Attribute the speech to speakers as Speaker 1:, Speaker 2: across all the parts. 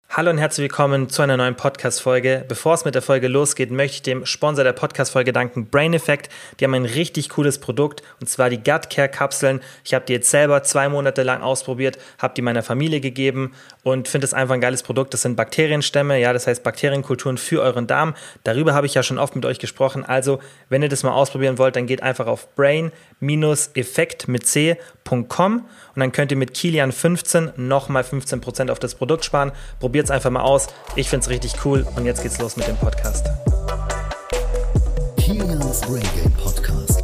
Speaker 1: Hallo und herzlich willkommen zu einer neuen Podcast-Folge. Bevor es mit der Folge losgeht, möchte ich dem Sponsor der Podcast-Folge danken, Brain Effect. Die haben ein richtig cooles Produkt, und zwar die Gut Care Kapseln. Ich habe die jetzt selber 2 Monate lang ausprobiert, habe die meiner Familie gegeben und finde es einfach ein geiles Produkt. Das sind Bakterienstämme, ja, das heißt Bakterienkulturen für euren Darm. Darüber habe ich ja schon oft mit euch gesprochen. Also, wenn ihr das mal ausprobieren wollt, dann geht einfach auf brain-effekt mit c.com und dann könnt ihr mit Kilian15 nochmal 15% auf das Produkt sparen. Probiert es einfach mal aus. Ich finde es richtig cool und jetzt geht's los mit dem Podcast.
Speaker 2: Kilians Brain Game Podcast.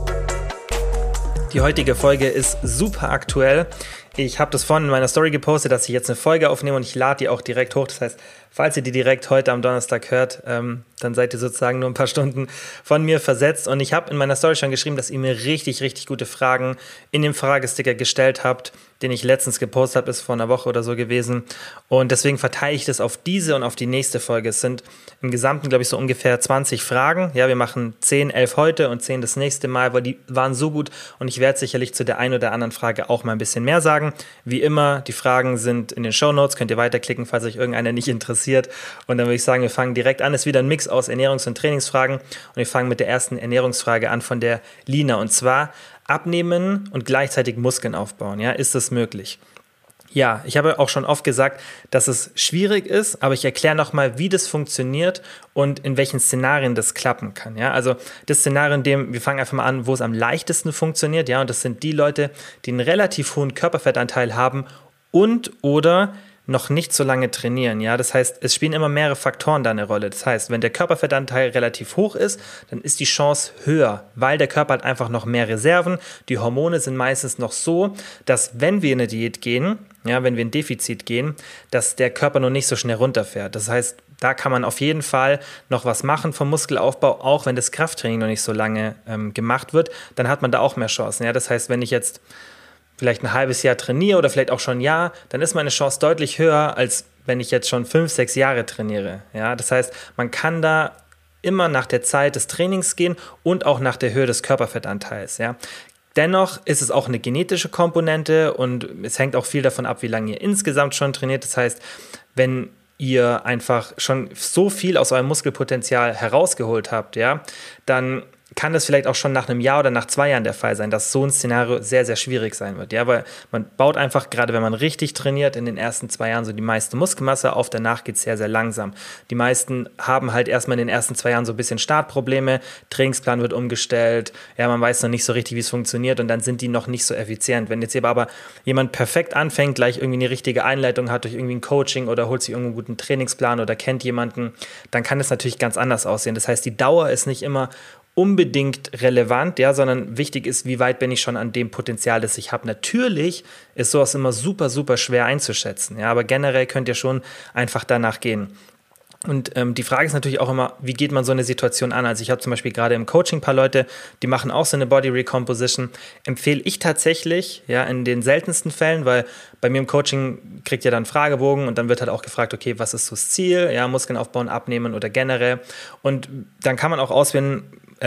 Speaker 1: Die heutige Folge ist super aktuell. Ich habe das vorhin in meiner Story gepostet, dass ich jetzt eine Folge aufnehme und ich lade die auch direkt hoch. Das heißt, falls ihr die direkt heute am Donnerstag hört, dann seid ihr sozusagen nur ein paar Stunden von mir versetzt. Und ich habe in meiner Story schon geschrieben, dass ihr mir richtig, richtig gute Fragen in dem Fragesticker gestellt habt, den ich letztens gepostet habe, ist vor einer Woche oder so gewesen. Und deswegen verteile ich das auf diese und auf die nächste Folge. Es sind im Gesamten, glaube ich, so ungefähr 20 Fragen. Ja, wir machen 10, 11 heute und 10 das nächste Mal, weil die waren so gut. Und ich werde sicherlich zu der einen oder anderen Frage auch mal ein bisschen mehr sagen. Wie immer, die Fragen sind in den Shownotes, könnt ihr weiterklicken, falls euch irgendeiner nicht interessiert. Und dann würde ich sagen, wir fangen direkt an. Es ist wieder ein Mix aus Ernährungs- und Trainingsfragen. Und wir fangen mit der ersten Ernährungsfrage an von der Lina. Und zwar: Abnehmen und gleichzeitig Muskeln aufbauen. Ja, ist das möglich? Ja, ich habe auch schon oft gesagt, dass es schwierig ist, aber ich erkläre nochmal, wie das funktioniert und in welchen Szenarien das klappen kann. Ja, also das Szenario, in dem wir fangen einfach mal an, wo es am leichtesten funktioniert. Ja, und das sind die Leute, die einen relativ hohen Körperfettanteil haben und oder noch nicht so lange trainieren, ja, das heißt, es spielen immer mehrere Faktoren da eine Rolle. Das heißt, wenn der Körperfettanteil relativ hoch ist, dann ist die Chance höher, weil der Körper hat einfach noch mehr Reserven. Die Hormone sind meistens noch so, dass wenn wir in eine Diät gehen, ja, wenn wir in Defizit gehen, dass der Körper noch nicht so schnell runterfährt. Das heißt, da kann man auf jeden Fall noch was machen vom Muskelaufbau, auch wenn das Krafttraining noch nicht so lange gemacht wird, dann hat man da auch mehr Chancen. Ja, das heißt, wenn ich jetzt vielleicht ein halbes Jahr trainiere oder vielleicht auch schon ein Jahr, dann ist meine Chance deutlich höher, als wenn ich jetzt schon 5, 6 Jahre trainiere. Ja, das heißt, man kann da immer nach der Zeit des Trainings gehen und auch nach der Höhe des Körperfettanteils. Ja. Dennoch ist es auch eine genetische Komponente und es hängt auch viel davon ab, wie lange ihr insgesamt schon trainiert. Das heißt, wenn ihr einfach schon so viel aus eurem Muskelpotenzial herausgeholt habt, ja, dann kann das vielleicht auch schon nach einem Jahr oder nach 2 Jahren der Fall sein, dass so ein Szenario sehr, sehr schwierig sein wird. Ja, weil man baut einfach, gerade wenn man richtig trainiert, in den ersten 2 Jahren so die meiste Muskelmasse auf, danach geht es sehr, sehr langsam. Die meisten haben halt erstmal in den ersten 2 Jahren so ein bisschen Startprobleme, Trainingsplan wird umgestellt, ja, man weiß noch nicht so richtig, wie es funktioniert und dann sind die noch nicht so effizient. Wenn jetzt aber jemand perfekt anfängt, gleich irgendwie eine richtige Einleitung hat durch irgendwie ein Coaching oder holt sich irgendeinen guten Trainingsplan oder kennt jemanden, dann kann es natürlich ganz anders aussehen. Das heißt, die Dauer ist nicht immer unbedingt relevant, ja, sondern wichtig ist, wie weit bin ich schon an dem Potenzial, das ich habe. Natürlich ist sowas immer super, super schwer einzuschätzen, ja, aber generell könnt ihr schon einfach danach gehen. Und die Frage ist natürlich auch immer, wie geht man so eine Situation an? Also ich habe zum Beispiel gerade im Coaching ein paar Leute, die machen auch so eine Body Recomposition. Empfehle ich tatsächlich, ja, in den seltensten Fällen, weil bei mir im Coaching kriegt ihr dann einen Fragebogen und dann wird halt auch gefragt, okay, was ist so das Ziel? Ja, Muskeln aufbauen, abnehmen oder generell. Und dann kann man auch auswählen,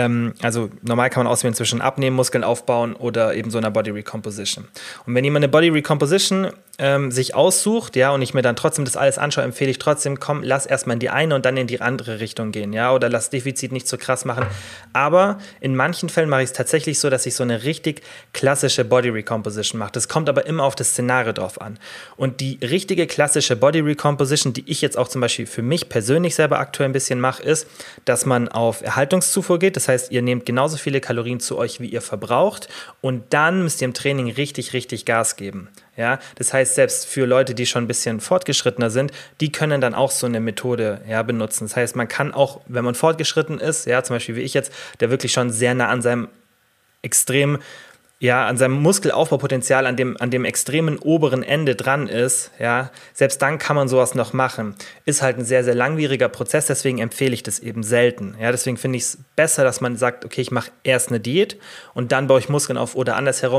Speaker 1: also normal kann man auswählen zwischen Abnehmen, Muskeln aufbauen oder eben so einer Body Recomposition. Und wenn jemand eine Body Recomposition sich aussucht, ja, und ich mir dann trotzdem das alles anschaue, empfehle ich trotzdem, komm, lass erstmal in die eine und dann in die andere Richtung gehen, ja, oder lass Defizit nicht so krass machen. Aber in manchen Fällen mache ich es tatsächlich so, dass ich so eine richtig klassische Body Recomposition mache. Das kommt aber immer auf das Szenario drauf an. Und die richtige klassische Body Recomposition, die ich jetzt auch zum Beispiel für mich persönlich selber aktuell ein bisschen mache, ist, dass man auf Erhaltungszufuhr geht. Das heißt, ihr nehmt genauso viele Kalorien zu euch, wie ihr verbraucht und dann müsst ihr im Training richtig, richtig Gas geben. Ja, das heißt, selbst für Leute, die schon ein bisschen fortgeschrittener sind, die können dann auch so eine Methode, ja, benutzen. Das heißt, man kann auch, wenn man fortgeschritten ist, ja, zum Beispiel wie ich jetzt, der wirklich schon sehr nah an seinem an seinem Muskelaufbaupotenzial, an dem extremen oberen Ende dran ist, ja, selbst dann kann man sowas noch machen. Ist halt ein sehr, sehr langwieriger Prozess, deswegen empfehle ich das eben selten. Ja, deswegen finde ich es besser, dass man sagt, okay, ich mache erst eine Diät und dann baue ich Muskeln auf oder andersherum.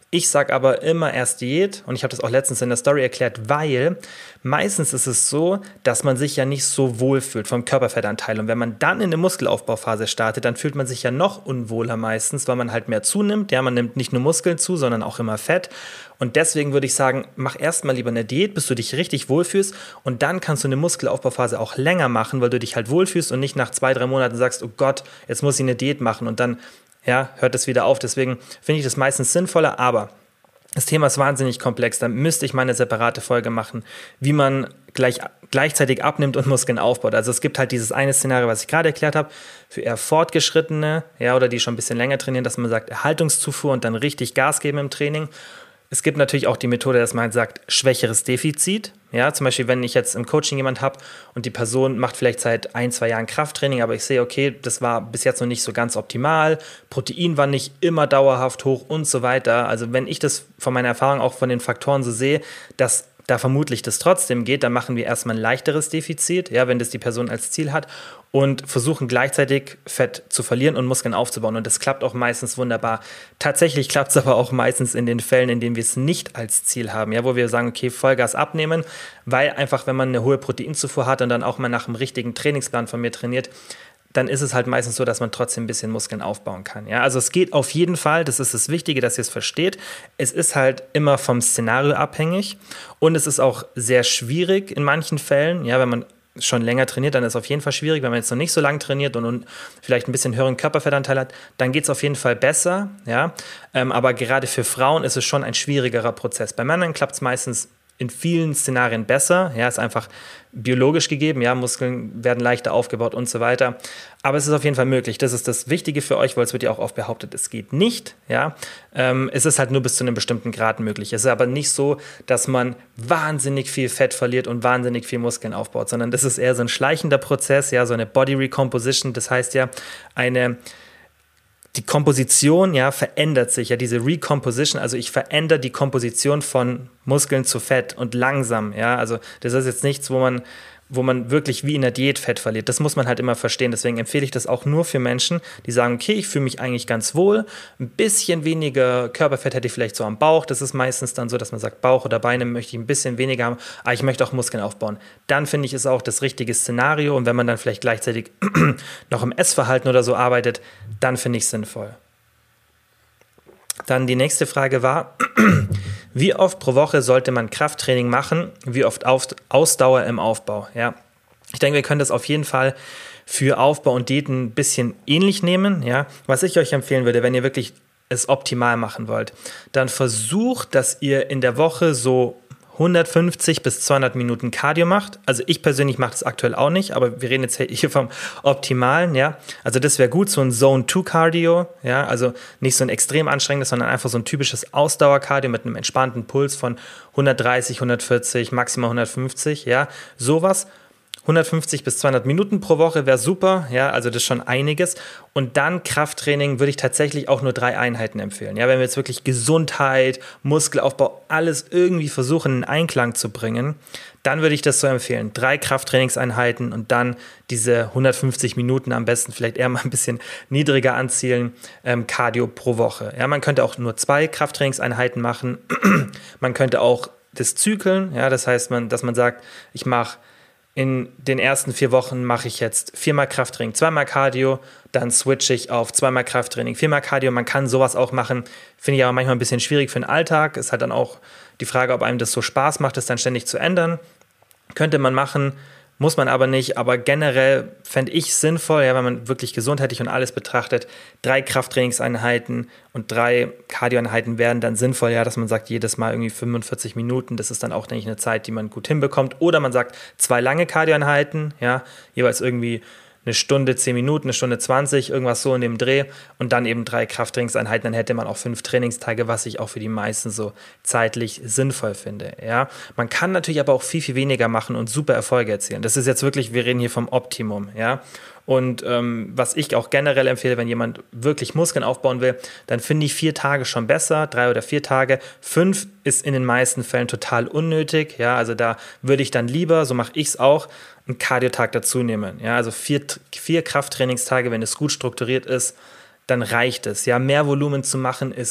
Speaker 1: Ich sage aber immer erst Diät und ich habe das auch letztens in der Story erklärt, weil meistens ist es so, dass man sich ja nicht so wohl fühlt vom Körperfettanteil und wenn man dann in eine Muskelaufbauphase startet, dann fühlt man sich ja noch unwohler meistens, weil man halt mehr zunimmt. Ja, man nimmt nicht nur Muskeln zu, sondern auch immer Fett und deswegen würde ich sagen, mach erstmal lieber eine Diät, bis du dich richtig wohlfühlst und dann kannst du eine Muskelaufbauphase auch länger machen, weil du dich halt wohlfühlst und nicht nach 2-3 Monaten sagst, oh Gott, jetzt muss ich eine Diät machen und dann hört es wieder auf. Deswegen finde ich das meistens sinnvoller, aber das Thema ist wahnsinnig komplex. Da müsste ich mal eine separate Folge machen, wie man gleichzeitig abnimmt und Muskeln aufbaut. Also es gibt halt dieses eine Szenario, was ich gerade erklärt habe, für eher Fortgeschrittene, oder die schon ein bisschen länger trainieren, dass man sagt, Erhaltungszufuhr und dann richtig Gas geben im Training. Es gibt natürlich auch die Methode, dass man halt sagt, schwächeres Defizit. Ja, zum Beispiel, wenn ich jetzt im Coaching jemanden habe und die Person macht vielleicht seit 1-2 Jahren Krafttraining, aber ich sehe, okay, das war bis jetzt noch nicht so ganz optimal, Protein war nicht immer dauerhaft hoch und so weiter. Also wenn ich das von meiner Erfahrung auch von den Faktoren so sehe, dass da vermutlich das trotzdem geht, dann machen wir erstmal ein leichteres Defizit, wenn das die Person als Ziel hat und versuchen gleichzeitig Fett zu verlieren und Muskeln aufzubauen und das klappt auch meistens wunderbar. Tatsächlich klappt es aber auch meistens in den Fällen, in denen wir es nicht als Ziel haben, wo wir sagen, okay, Vollgas abnehmen, weil einfach, wenn man eine hohe Proteinzufuhr hat und dann auch mal nach einem richtigen Trainingsplan von mir trainiert, dann ist es halt meistens so, dass man trotzdem ein bisschen Muskeln aufbauen kann. Ja? Also es geht auf jeden Fall, das ist das Wichtige, dass ihr es versteht. Es ist halt immer vom Szenario abhängig und es ist auch sehr schwierig in manchen Fällen, wenn man schon länger trainiert, dann ist es auf jeden Fall schwierig. Wenn man jetzt noch nicht so lange trainiert und vielleicht ein bisschen höheren Körperfettanteil hat, dann geht es auf jeden Fall besser. Ja? Aber gerade für Frauen ist es schon ein schwierigerer Prozess. Bei Männern klappt es meistens in vielen Szenarien besser, ist einfach biologisch gegeben, Muskeln werden leichter aufgebaut und so weiter, aber es ist auf jeden Fall möglich, das ist das Wichtige für euch, weil es wird ja auch oft behauptet, es geht nicht, es ist halt nur bis zu einem bestimmten Grad möglich, es ist aber nicht so, dass man wahnsinnig viel Fett verliert und wahnsinnig viel Muskeln aufbaut, sondern das ist eher so ein schleichender Prozess, so eine Body Recomposition, das heißt die Komposition verändert sich, diese Recomposition, also ich verändere die Komposition von Muskeln zu Fett und langsam, also das ist jetzt nichts, wo man wirklich wie in der Diät Fett verliert. Das muss man halt immer verstehen. Deswegen empfehle ich das auch nur für Menschen, die sagen, okay, ich fühle mich eigentlich ganz wohl. Ein bisschen weniger Körperfett hätte ich vielleicht so am Bauch. Das ist meistens dann so, dass man sagt, Bauch oder Beine möchte ich ein bisschen weniger haben, aber ich möchte auch Muskeln aufbauen. Dann finde ich, ist auch das richtige Szenario. Und wenn man dann vielleicht gleichzeitig noch im Essverhalten oder so arbeitet, dann finde ich es sinnvoll. Dann die nächste Frage war, wie oft pro Woche sollte man Krafttraining machen? Wie oft Ausdauer im Aufbau? Ich denke, wir können das auf jeden Fall für Aufbau und Diäten ein bisschen ähnlich nehmen. Was ich euch empfehlen würde, wenn ihr wirklich es optimal machen wollt, dann versucht, dass ihr in der Woche so 150 bis 200 Minuten Cardio macht. Also ich persönlich mache das aktuell auch nicht, aber wir reden jetzt hier vom Optimalen, Also das wäre gut, so ein Zone-2-Cardio, also nicht so ein extrem anstrengendes, sondern einfach so ein typisches Ausdauer-Cardio mit einem entspannten Puls von 130, 140, maximal 150, sowas. 150 bis 200 Minuten pro Woche wäre super, also das ist schon einiges. Und dann Krafttraining würde ich tatsächlich auch nur 3 Einheiten empfehlen. Wenn wir jetzt wirklich Gesundheit, Muskelaufbau, alles irgendwie versuchen in Einklang zu bringen, dann würde ich das so empfehlen. 3 Krafttrainingseinheiten und dann diese 150 Minuten am besten vielleicht eher mal ein bisschen niedriger anzielen, Cardio pro Woche. Man könnte auch nur 2 Krafttrainingseinheiten machen. Man könnte auch das zyklen, das heißt, dass man sagt, ich mache in den ersten 4 Wochen mache ich jetzt 4-mal Krafttraining, 2-mal Cardio, dann switche ich auf 2-mal Krafttraining, 4-mal Cardio. Man kann sowas auch machen, finde ich aber manchmal ein bisschen schwierig für den Alltag. Ist halt dann auch die Frage, ob einem das so Spaß macht, das dann ständig zu ändern. Könnte man machen, muss man aber nicht. Aber generell fände ich es sinnvoll, wenn man wirklich gesundheitlich und alles betrachtet, 3 Krafttrainingseinheiten und 3 Cardioeinheiten wären dann sinnvoll, dass man sagt, jedes Mal irgendwie 45 Minuten, das ist dann auch, denke ich, eine Zeit, die man gut hinbekommt. Oder man sagt, 2 lange Cardioeinheiten, jeweils irgendwie 1 Stunde 10 Minuten, 1 Stunde 20, irgendwas so in dem Dreh und dann eben 3 Krafttrainingseinheiten, dann hätte man auch 5 Trainingstage, was ich auch für die meisten so zeitlich sinnvoll finde. Man kann natürlich aber auch viel, viel weniger machen und super Erfolge erzielen. Das ist jetzt wirklich, wir reden hier vom Optimum, Und was ich auch generell empfehle, wenn jemand wirklich Muskeln aufbauen will, dann finde ich 4 Tage schon besser, 3 oder 4 Tage. 5 ist in den meisten Fällen total unnötig, also da würde ich dann lieber, so mache ich es auch, einen Cardio-Tag dazu nehmen. Also 4 Krafttrainingstage, wenn es gut strukturiert ist, dann reicht es. Mehr Volumen zu machen ist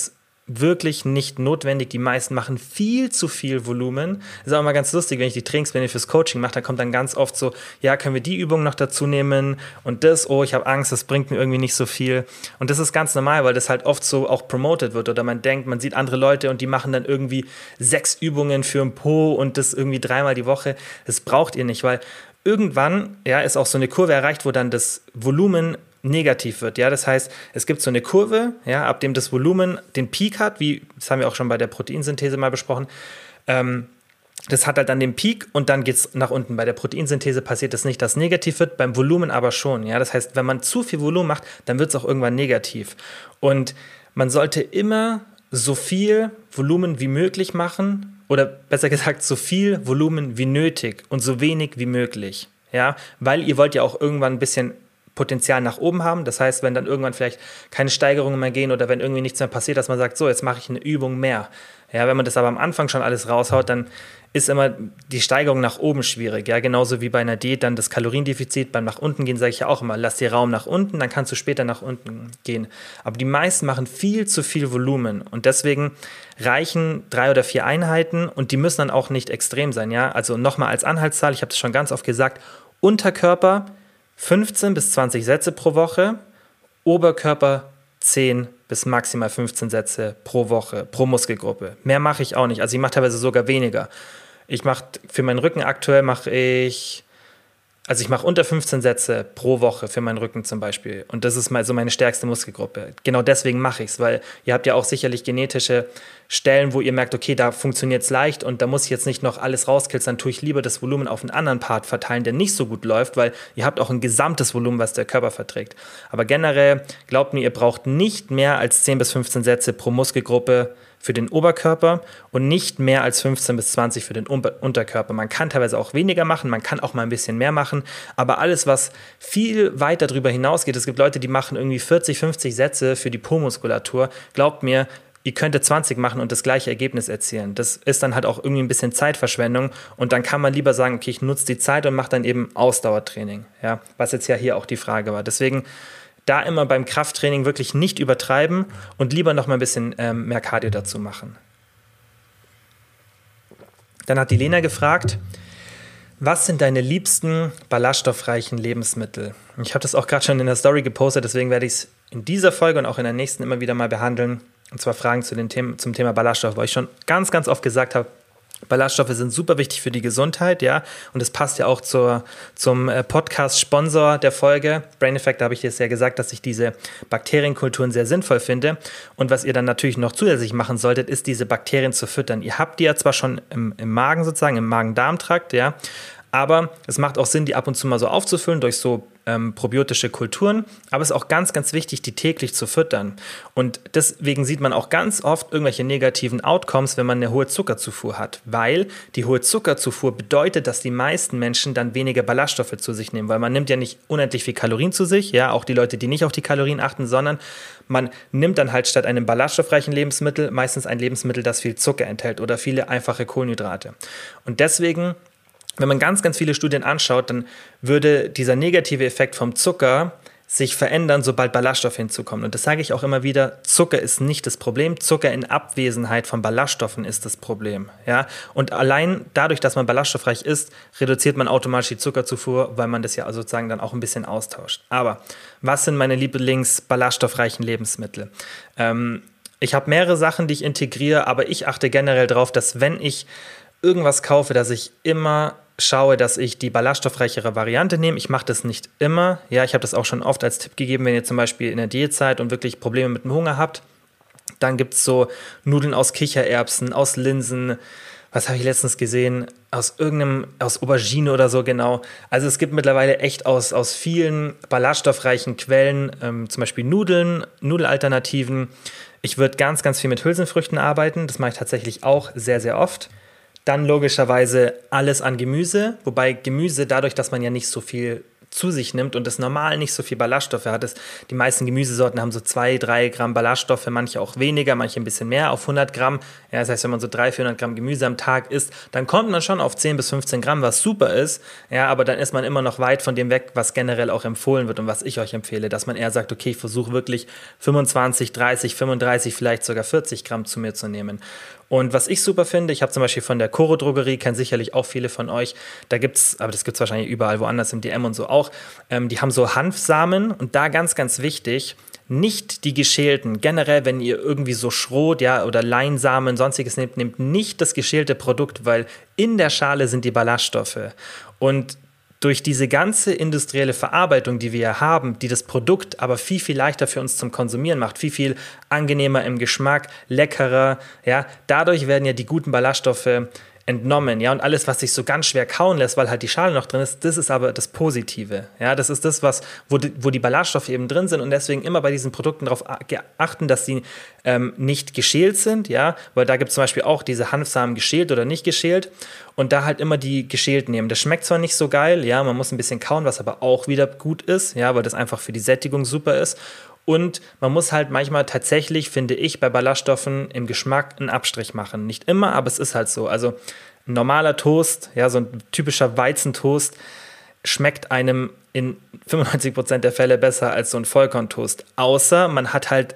Speaker 1: wirklich nicht notwendig. Die meisten machen viel zu viel Volumen. Ist auch immer ganz lustig, wenn ich die Trainingspläne fürs Coaching mache, da kommt dann ganz oft so, ja, können wir die Übung noch dazu nehmen und das, oh, ich habe Angst, das bringt mir irgendwie nicht so viel. Und das ist ganz normal, weil das halt oft so auch promoted wird oder man denkt, man sieht andere Leute und die machen dann irgendwie 6 Übungen für den Po und das irgendwie 3-mal die Woche. Das braucht ihr nicht, weil irgendwann, ja, ist auch so eine Kurve erreicht, wo dann das Volumen negativ wird, ja, das heißt, es gibt so eine Kurve, ja, ab dem das Volumen den Peak hat, wie, das haben wir auch schon bei der Proteinsynthese mal besprochen, das hat halt dann den Peak und dann geht es nach unten. Bei der Proteinsynthese passiert das nicht, dass es negativ wird, beim Volumen aber schon, ja, das heißt, wenn man zu viel Volumen macht, dann wird es auch irgendwann negativ und man sollte immer so viel Volumen wie möglich machen oder besser gesagt, so viel Volumen wie nötig und so wenig wie möglich, ja, weil ihr wollt ja auch irgendwann ein bisschen Potenzial nach oben haben. Das heißt, wenn dann irgendwann vielleicht keine Steigerungen mehr gehen oder wenn irgendwie nichts mehr passiert, dass man sagt, so, jetzt mache ich eine Übung mehr. Ja, wenn man das aber am Anfang schon alles raushaut, dann ist immer die Steigerung nach oben schwierig. Ja, genauso wie bei einer Diät dann das Kaloriendefizit beim nach unten gehen, sage ich ja auch immer, lass dir Raum nach unten, dann kannst du später nach unten gehen. Aber die meisten machen viel zu viel Volumen und deswegen reichen 3 oder 4 Einheiten und die müssen dann auch nicht extrem sein. Ja, also nochmal als Anhaltszahl, ich habe das schon ganz oft gesagt, Unterkörper 15 bis 20 Sätze pro Woche, Oberkörper 10 bis maximal 15 Sätze pro Woche, pro Muskelgruppe. Mehr mache ich auch nicht. Also ich mache teilweise sogar weniger. Ich mache für meinen Rücken aktuell ich mache unter 15 Sätze pro Woche für meinen Rücken zum Beispiel. Und das ist mal so meine stärkste Muskelgruppe. Genau deswegen mache ich es, weil ihr habt ja auch sicherlich genetische Stellen, wo ihr merkt, okay, da funktioniert es leicht und da muss ich jetzt nicht noch alles rauskitzeln, dann tue ich lieber das Volumen auf einen anderen Part verteilen, der nicht so gut läuft, weil ihr habt auch ein gesamtes Volumen, was der Körper verträgt. Aber generell, glaubt mir, ihr braucht nicht mehr als 10 bis 15 Sätze pro Muskelgruppe für den Oberkörper und nicht mehr als 15 bis 20 für den Unterkörper. Man kann teilweise auch weniger machen, man kann auch mal ein bisschen mehr machen, aber alles, was viel weiter darüber hinausgeht, es gibt Leute, die machen irgendwie 40, 50 Sätze für die Po-Muskulatur, glaubt mir, ihr könntet 20 machen und das gleiche Ergebnis erzielen. Das ist dann halt auch irgendwie ein bisschen Zeitverschwendung und dann kann man lieber sagen, okay, ich nutze die Zeit und mache dann eben Ausdauertraining, ja, was jetzt ja hier auch die Frage war. Deswegen da immer beim Krafttraining wirklich nicht übertreiben und lieber noch mal ein bisschen mehr Cardio dazu machen. Dann hat die Lena gefragt, was sind deine liebsten ballaststoffreichen Lebensmittel? Ich habe das auch gerade schon in der Story gepostet, deswegen werde ich es in dieser Folge und auch in der nächsten immer wieder mal behandeln. Und zwar Fragen zum Thema Ballaststoff, weil ich schon ganz, ganz oft gesagt habe, Ballaststoffe sind super wichtig für die Gesundheit, ja, und es passt ja auch zum Podcast-Sponsor der Folge, Brain Effect, da habe ich jetzt ja gesagt, dass ich diese Bakterienkulturen sehr sinnvoll finde und was ihr dann natürlich noch zusätzlich machen solltet, ist diese Bakterien zu füttern. Ihr habt die ja zwar schon im Magen sozusagen, im Magen-Darm-Trakt, ja, aber es macht auch Sinn, die ab und zu mal so aufzufüllen durch so probiotische Kulturen, aber es ist auch ganz, ganz wichtig, die täglich zu füttern. Und deswegen sieht man auch ganz oft irgendwelche negativen Outcomes, wenn man eine hohe Zuckerzufuhr hat, weil die hohe Zuckerzufuhr bedeutet, dass die meisten Menschen dann weniger Ballaststoffe zu sich nehmen, weil man nimmt ja nicht unendlich viel Kalorien zu sich, ja, auch die Leute, die nicht auf die Kalorien achten, sondern man nimmt dann halt statt einem ballaststoffreichen Lebensmittel meistens ein Lebensmittel, das viel Zucker enthält oder viele einfache Kohlenhydrate. Und deswegen, wenn man ganz, ganz viele Studien anschaut, dann würde dieser negative Effekt vom Zucker sich verändern, sobald Ballaststoffe hinzukommen. Und das sage ich auch immer wieder, Zucker ist nicht das Problem, Zucker in Abwesenheit von Ballaststoffen ist das Problem. Ja? Und allein dadurch, dass man ballaststoffreich ist, reduziert man automatisch die Zuckerzufuhr, weil man das ja sozusagen dann auch ein bisschen austauscht. Aber was sind meine Lieblings-ballaststoffreichen Lebensmittel? Ich habe mehrere Sachen, die ich integriere, aber ich achte generell darauf, dass wenn ich irgendwas kaufe, dass ich immer schaue, dass ich die ballaststoffreichere Variante nehme. Ich mache das nicht immer. Ja, ich habe das auch schon oft als Tipp gegeben, wenn ihr zum Beispiel in der Diät seid und wirklich Probleme mit dem Hunger habt. Dann gibt es so Nudeln aus Kichererbsen, aus Linsen. Was habe ich letztens gesehen? Aus Aubergine oder so, genau. Also es gibt mittlerweile echt aus vielen ballaststoffreichen Quellen, zum Beispiel Nudelalternativen. Ich würde ganz, ganz viel mit Hülsenfrüchten arbeiten. Das mache ich tatsächlich auch sehr, sehr oft. Dann logischerweise alles an Gemüse, wobei Gemüse, dadurch, dass man ja nicht so viel zu sich nimmt und das normal nicht so viel Ballaststoffe hat. Die meisten Gemüsesorten haben so 2-3 Gramm Ballaststoffe, manche auch weniger, manche ein bisschen mehr auf 100 Gramm. Ja, das heißt, wenn man so 300-400 Gramm Gemüse am Tag isst, dann kommt man schon auf 10 bis 15 Gramm, was super ist. Ja, aber dann ist man immer noch weit von dem weg, was generell auch empfohlen wird und was ich euch empfehle, dass man eher sagt, okay, ich versuche wirklich 25, 30, 35, vielleicht sogar 40 Gramm zu mir zu nehmen. Und was ich super finde, ich habe zum Beispiel von der Coro Drogerie, kennen sicherlich auch viele von euch, da gibt's, aber das gibt's wahrscheinlich überall woanders im DM und so auch, die haben so Hanfsamen und da ganz, ganz wichtig, nicht die geschälten. Generell, wenn ihr irgendwie so Schrot, ja, oder Leinsamen, sonstiges nehmt nicht das geschälte Produkt, weil in der Schale sind die Ballaststoffe. Und durch diese ganze industrielle Verarbeitung, die wir haben, die das Produkt aber viel, viel leichter für uns zum Konsumieren macht, viel, viel angenehmer im Geschmack, leckerer, ja, dadurch werden ja die guten Ballaststoffe entnommen, ja, und alles, was sich so ganz schwer kauen lässt, weil halt die Schale noch drin ist, das ist aber das Positive, ja, das ist das, wo die Ballaststoffe eben drin sind und deswegen immer bei diesen Produkten darauf achten, dass sie nicht geschält sind, ja, weil da gibt es zum Beispiel auch diese Hanfsamen geschält oder nicht geschält und da halt immer die geschält nehmen. Das schmeckt zwar nicht so geil, ja, man muss ein bisschen kauen, was aber auch wieder gut ist, ja, weil das einfach für die Sättigung super ist. Und man muss halt manchmal tatsächlich, finde ich, bei Ballaststoffen im Geschmack einen Abstrich machen. Nicht immer, aber es ist halt so. Also ein normaler Toast, ja, so ein typischer Weizentoast, schmeckt einem in 95% der Fälle besser als so ein Vollkorntoast. Außer man hat halt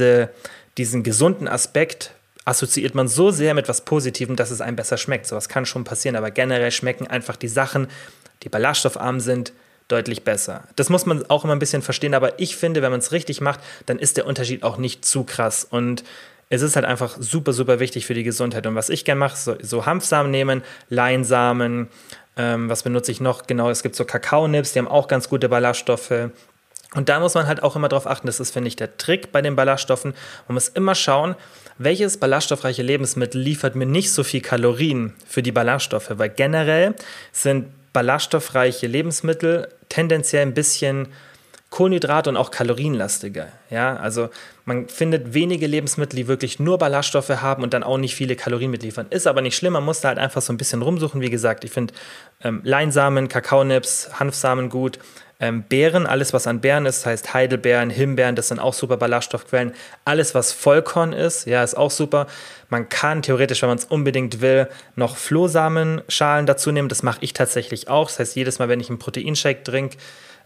Speaker 1: diesen gesunden Aspekt, assoziiert man so sehr mit was Positivem, dass es einem besser schmeckt. Sowas kann schon passieren, aber generell schmecken einfach die Sachen, die ballaststoffarm sind, deutlich besser. Das muss man auch immer ein bisschen verstehen, aber ich finde, wenn man es richtig macht, dann ist der Unterschied auch nicht zu krass und es ist halt einfach super, super wichtig für die Gesundheit. Und was ich gerne mache, so Hanfsamen nehmen, Leinsamen, was benutze ich noch? Genau, es gibt so Kakaonips, die haben auch ganz gute Ballaststoffe. Und da muss man halt auch immer drauf achten, das ist, finde ich, der Trick bei den Ballaststoffen. Man muss immer schauen, welches ballaststoffreiche Lebensmittel liefert mir nicht so viel Kalorien für die Ballaststoffe, weil generell sind ballaststoffreiche Lebensmittel tendenziell ein bisschen Kohlenhydrat- und auch kalorienlastiger. Ja? Also man findet wenige Lebensmittel, die wirklich nur Ballaststoffe haben und dann auch nicht viele Kalorien mitliefern. Ist aber nicht schlimm, man muss da halt einfach so ein bisschen rumsuchen. Wie gesagt, ich finde Leinsamen, Kakaonips, Hanfsamen gut. Beeren, alles was an Beeren ist, das heißt Heidelbeeren, Himbeeren, das sind auch super Ballaststoffquellen. Alles was Vollkorn ist, ja, ist auch super. Man kann theoretisch, wenn man es unbedingt will, noch Flohsamenschalen dazu nehmen. Das mache ich tatsächlich auch. Das heißt, jedes Mal, wenn ich einen Proteinshake trinke,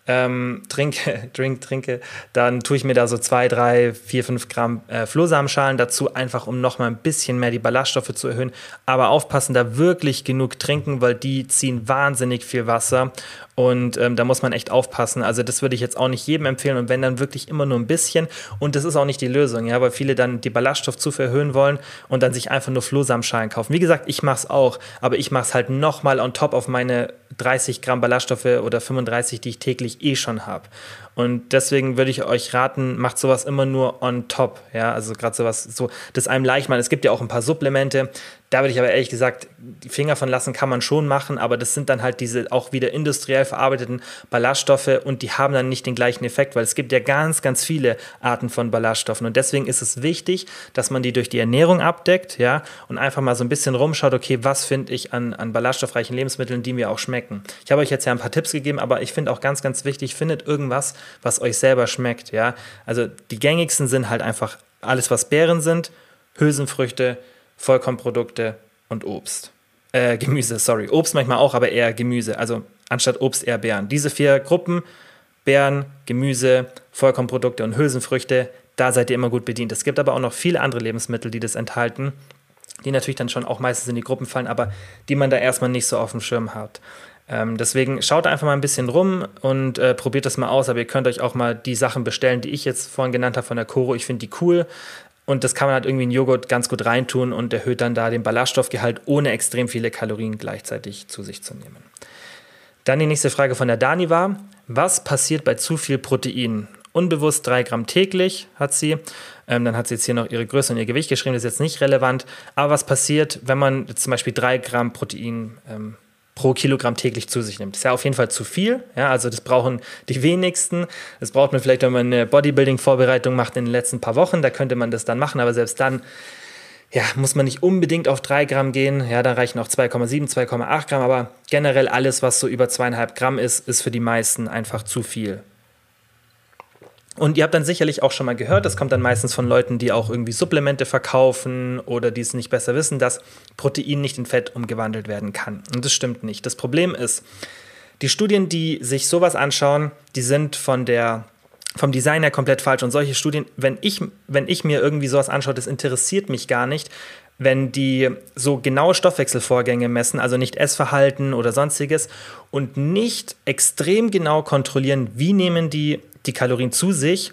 Speaker 1: dann tue ich mir da so 2, 3, 4, 5 Gramm Flohsamenschalen dazu, einfach um nochmal ein bisschen mehr die Ballaststoffe zu erhöhen. Aber aufpassen, da wirklich genug trinken, weil die ziehen wahnsinnig viel Wasser und da muss man echt aufpassen. Also das würde ich jetzt auch nicht jedem empfehlen und wenn, dann wirklich immer nur ein bisschen und das ist auch nicht die Lösung, ja, weil viele dann die Ballaststoffzufuhr erhöhen wollen und dann sich einfach nur Flohsamenschalen kaufen. Wie gesagt, ich mache es auch, aber ich mache es halt nochmal on top auf meine 30 Gramm Ballaststoffe oder 35, die ich täglich schon habe. Und deswegen würde ich euch raten, macht sowas immer nur on top. Ja, also gerade sowas, so, das einem leicht macht. Es gibt ja auch ein paar Supplemente. Da würde ich aber ehrlich gesagt die Finger von lassen, kann man schon machen, aber das sind dann halt diese auch wieder industriell verarbeiteten Ballaststoffe und die haben dann nicht den gleichen Effekt, weil es gibt ja ganz, ganz viele Arten von Ballaststoffen und deswegen ist es wichtig, dass man die durch die Ernährung abdeckt, ja, und einfach mal so ein bisschen rumschaut, okay, was finde ich an ballaststoffreichen Lebensmitteln, die mir auch schmecken. Ich habe euch jetzt ja ein paar Tipps gegeben, aber ich finde auch ganz, ganz wichtig, findet irgendwas, was euch selber schmeckt, ja. Also die gängigsten sind halt einfach alles, was Beeren sind, Hülsenfrüchte, Vollkornprodukte und Obst. Gemüse, sorry. Obst manchmal auch, aber eher Gemüse. Also anstatt Obst eher Beeren. Diese 4 Gruppen, Beeren, Gemüse, Vollkornprodukte und Hülsenfrüchte, da seid ihr immer gut bedient. Es gibt aber auch noch viele andere Lebensmittel, die das enthalten, die natürlich dann schon auch meistens in die Gruppen fallen, aber die man da erstmal nicht so auf dem Schirm hat. Deswegen schaut einfach mal ein bisschen rum und probiert das mal aus, aber ihr könnt euch auch mal die Sachen bestellen, die ich jetzt vorhin genannt habe von der Coro. Ich finde die cool. Und das kann man halt irgendwie in Joghurt ganz gut reintun und erhöht dann da den Ballaststoffgehalt, ohne extrem viele Kalorien gleichzeitig zu sich zu nehmen. Dann die nächste Frage von der Dani war, was passiert bei zu viel Protein? Unbewusst 3 Gramm täglich hat sie. Dann hat sie jetzt hier noch ihre Größe und ihr Gewicht geschrieben, das ist jetzt nicht relevant. Aber was passiert, wenn man zum Beispiel 3 Gramm Protein pro Kilogramm täglich zu sich nimmt? Das ist ja auf jeden Fall zu viel. Ja, also das brauchen die wenigsten. Das braucht man vielleicht, wenn man eine Bodybuilding-Vorbereitung macht in den letzten paar Wochen. Da könnte man das dann machen, aber selbst dann Ja, muss man nicht unbedingt auf 3 Gramm gehen, ja, da reichen auch 2,7, 2,8 Gramm, aber generell alles, was so über 2,5 Gramm ist für die meisten einfach zu viel. Und ihr habt dann sicherlich auch schon mal gehört, das kommt dann meistens von Leuten, die auch irgendwie Supplemente verkaufen oder die es nicht besser wissen, dass Protein nicht in Fett umgewandelt werden kann. Und das stimmt nicht. Das Problem ist, die Studien, die sich sowas anschauen, die sind vom Design her komplett falsch. Und solche Studien, wenn ich mir irgendwie sowas anschaue, das interessiert mich gar nicht, wenn die so genaue Stoffwechselvorgänge messen, also nicht Essverhalten oder sonstiges und nicht extrem genau kontrollieren, wie nehmen die Kalorien zu sich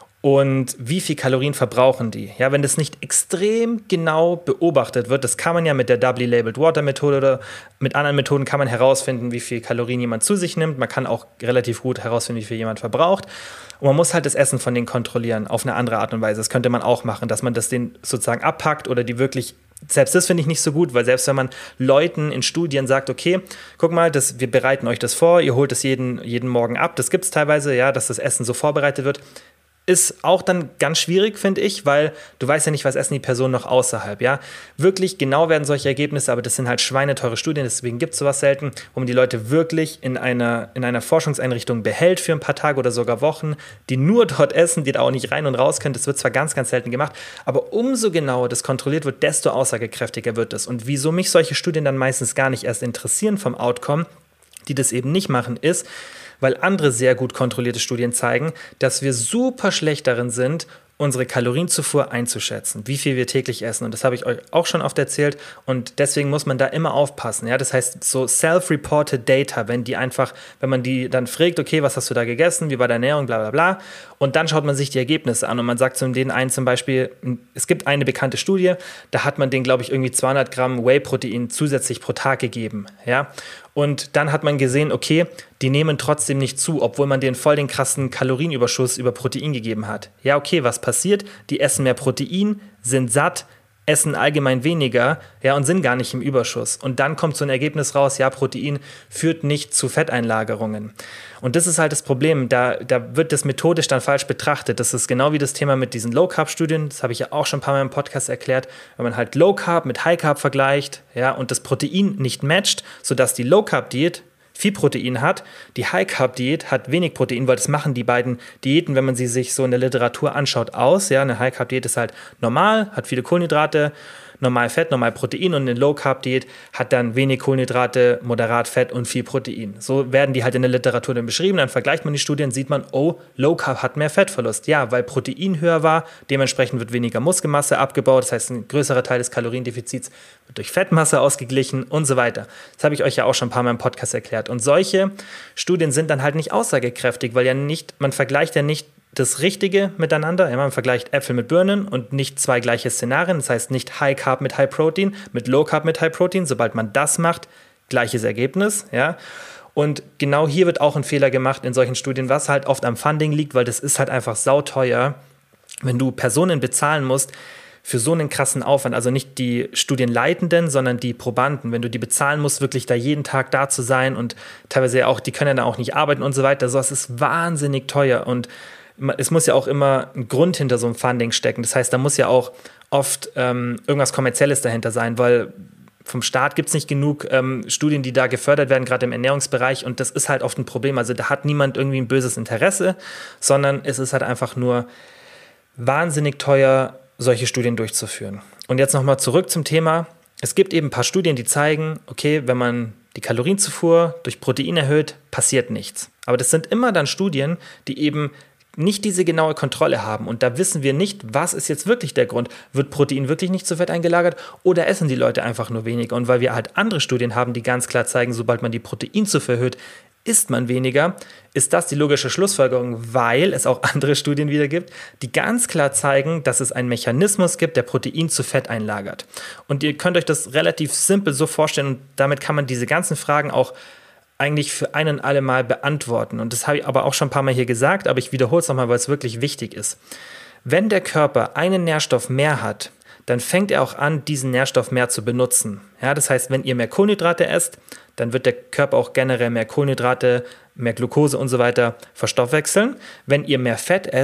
Speaker 1: und wie viel Kalorien verbrauchen die. Ja, wenn das nicht extrem genau beobachtet wird, das kann man ja mit der Doubly Labeled Water Methode oder mit anderen Methoden kann man herausfinden, wie viel Kalorien jemand zu sich nimmt. Man kann auch relativ gut herausfinden, wie viel jemand verbraucht. Und man muss halt das Essen von denen kontrollieren auf eine andere Art und Weise. Das könnte man auch machen, dass man das denen sozusagen abpackt oder die wirklich. Selbst das finde ich nicht so gut, weil selbst wenn man Leuten in Studien sagt, okay, guck mal, wir bereiten euch das vor, ihr holt es jeden Morgen ab, das gibt es teilweise, ja, dass das Essen so vorbereitet wird, ist auch dann ganz schwierig, finde ich, weil du weißt ja nicht, was essen die Personen noch außerhalb, ja. Wirklich genau werden solche Ergebnisse, aber das sind halt schweineteure Studien, deswegen gibt es sowas selten, wo man die Leute wirklich in einer Forschungseinrichtung behält für ein paar Tage oder sogar Wochen, die nur dort essen, die da auch nicht rein und raus können. Das wird zwar ganz, ganz selten gemacht, aber umso genauer das kontrolliert wird, desto aussagekräftiger wird es. Und wieso mich solche Studien dann meistens gar nicht erst interessieren vom Outcome, die das eben nicht machen, ist, weil andere sehr gut kontrollierte Studien zeigen, dass wir super schlecht darin sind, unsere Kalorienzufuhr einzuschätzen, wie viel wir täglich essen. Und das habe ich euch auch schon oft erzählt. Und deswegen muss man da immer aufpassen. Ja? Das heißt, so self-reported Data, wenn man die dann fragt, okay, was hast du da gegessen, wie war deine Ernährung, bla bla bla. Und dann schaut man sich die Ergebnisse an und man sagt zu denen einen zum Beispiel, es gibt eine bekannte Studie, da hat man denen, glaube ich, irgendwie 200 Gramm Whey-Protein zusätzlich pro Tag gegeben. Ja? Und dann hat man gesehen, okay, die nehmen trotzdem nicht zu, obwohl man denen voll den krassen Kalorienüberschuss über Protein gegeben hat. Ja, okay, was passiert? Die essen mehr Protein, sind satt, essen allgemein weniger, ja, und sind gar nicht im Überschuss. Und dann kommt so ein Ergebnis raus, ja, Protein führt nicht zu Fetteinlagerungen. Und das ist halt das Problem, da wird das methodisch dann falsch betrachtet. Das ist genau wie das Thema mit diesen Low-Carb-Studien, das habe ich ja auch schon ein paar Mal im Podcast erklärt, wenn man halt Low-Carb mit High-Carb vergleicht, ja, und das Protein nicht matcht, sodass die Low-Carb-Diät viel Protein hat, die High-Carb-Diät hat wenig Protein, weil das machen die beiden Diäten, wenn man sie sich so in der Literatur anschaut, aus. Ja, eine High-Carb-Diät ist halt normal, hat viele Kohlenhydrate, normal Fett, normal Protein, und eine Low-Carb-Diät hat dann wenig Kohlenhydrate, moderat Fett und viel Protein. So werden die halt in der Literatur dann beschrieben, dann vergleicht man die Studien, sieht man, oh, Low-Carb hat mehr Fettverlust. Ja, weil Protein höher war, dementsprechend wird weniger Muskelmasse abgebaut, das heißt, ein größerer Teil des Kaloriendefizits wird durch Fettmasse ausgeglichen und so weiter. Das habe ich euch ja auch schon ein paar Mal im Podcast erklärt. Und solche Studien sind dann halt nicht aussagekräftig, weil man vergleicht ja nicht das Richtige miteinander. Ja, man vergleicht Äpfel mit Birnen und nicht zwei gleiche Szenarien. Das heißt nicht High Carb mit High Protein, mit Low Carb mit High Protein. Sobald man das macht, gleiches Ergebnis. Ja. Und genau hier wird auch ein Fehler gemacht in solchen Studien, was halt oft am Funding liegt, weil das ist halt einfach sauteuer, wenn du Personen bezahlen musst für so einen krassen Aufwand. Also nicht die Studienleitenden, sondern die Probanden. Wenn du die bezahlen musst, wirklich da jeden Tag da zu sein und teilweise auch, die können ja da auch nicht arbeiten und so weiter. So, es ist wahnsinnig teuer und es muss ja auch immer ein Grund hinter so einem Funding stecken. Das heißt, da muss ja auch oft irgendwas Kommerzielles dahinter sein, weil vom Staat gibt es nicht genug Studien, die da gefördert werden, gerade im Ernährungsbereich. Und das ist halt oft ein Problem. Also da hat niemand irgendwie ein böses Interesse, sondern es ist halt einfach nur wahnsinnig teuer, solche Studien durchzuführen. Und jetzt nochmal zurück zum Thema. Es gibt eben ein paar Studien, die zeigen, okay, wenn man die Kalorienzufuhr durch Protein erhöht, passiert nichts. Aber das sind immer dann Studien, die eben nicht diese genaue Kontrolle haben. Und da wissen wir nicht, was ist jetzt wirklich der Grund. Wird Protein wirklich nicht zu Fett eingelagert oder essen die Leute einfach nur weniger? Und weil wir halt andere Studien haben, die ganz klar zeigen, sobald man die Proteinzufuhr erhöht, isst man weniger, ist das die logische Schlussfolgerung, weil es auch andere Studien wieder gibt, die ganz klar zeigen, dass es einen Mechanismus gibt, der Protein zu Fett einlagert. Und ihr könnt euch das relativ simpel so vorstellen und damit kann man diese ganzen Fragen auch eigentlich für ein und alle Mal beantworten. Und das habe ich aber auch schon ein paar Mal hier gesagt, aber ich wiederhole es nochmal, weil es wirklich wichtig ist. Wenn der Körper einen Nährstoff mehr hat, dann fängt er auch an, diesen Nährstoff mehr zu benutzen. Ja, das heißt, wenn ihr mehr Kohlenhydrate esst, dann wird der Körper auch generell mehr Kohlenhydrate, mehr Glucose und so weiter verstoffwechseln. Wenn ihr mehr Fett esst,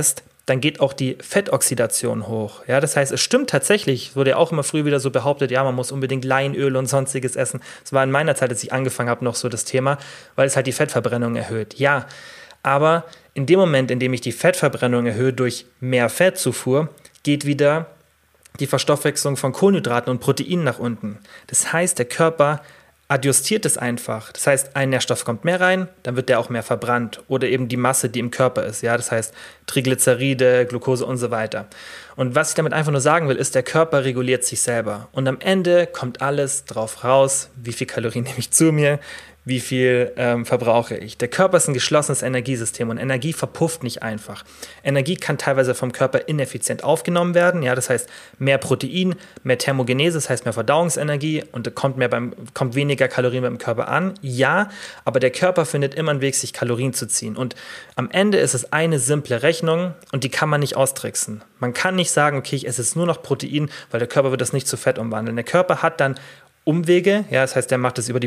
Speaker 1: dann geht auch die Fettoxidation hoch. Ja, das heißt, es stimmt tatsächlich, wurde ja auch immer früher wieder so behauptet, ja, man muss unbedingt Leinöl und sonstiges essen. Das war in meiner Zeit, als ich angefangen habe, noch so das Thema, weil es halt die Fettverbrennung erhöht. Ja, aber in dem Moment, in dem ich die Fettverbrennung erhöhe durch mehr Fettzufuhr, geht wieder die Verstoffwechslung von Kohlenhydraten und Proteinen nach unten. Das heißt, der Körper adjustiert es einfach. Das heißt, ein Nährstoff kommt mehr rein, dann wird der auch mehr verbrannt. Oder eben die Masse, die im Körper ist. Ja, das heißt Triglyceride, Glucose und so weiter. Und was ich damit einfach nur sagen will, ist, der Körper reguliert sich selber. Und am Ende kommt alles drauf raus, wie viel Kalorien nehme ich zu mir, wie viel verbrauche ich. Der Körper ist ein geschlossenes Energiesystem und Energie verpufft nicht einfach. Energie kann teilweise vom Körper ineffizient aufgenommen werden. Ja, das heißt mehr Protein, mehr Thermogenese, das heißt mehr Verdauungsenergie und kommt weniger Kalorien beim Körper an. Ja, aber der Körper findet immer einen Weg, sich Kalorien zu ziehen. Und am Ende ist es eine simple Rechnung und die kann man nicht austricksen. Man kann nicht sagen, okay, ich esse jetzt nur noch Protein, weil der Körper wird das nicht zu Fett umwandeln. Der Körper hat dann Umwege, ja, das heißt, der macht es über die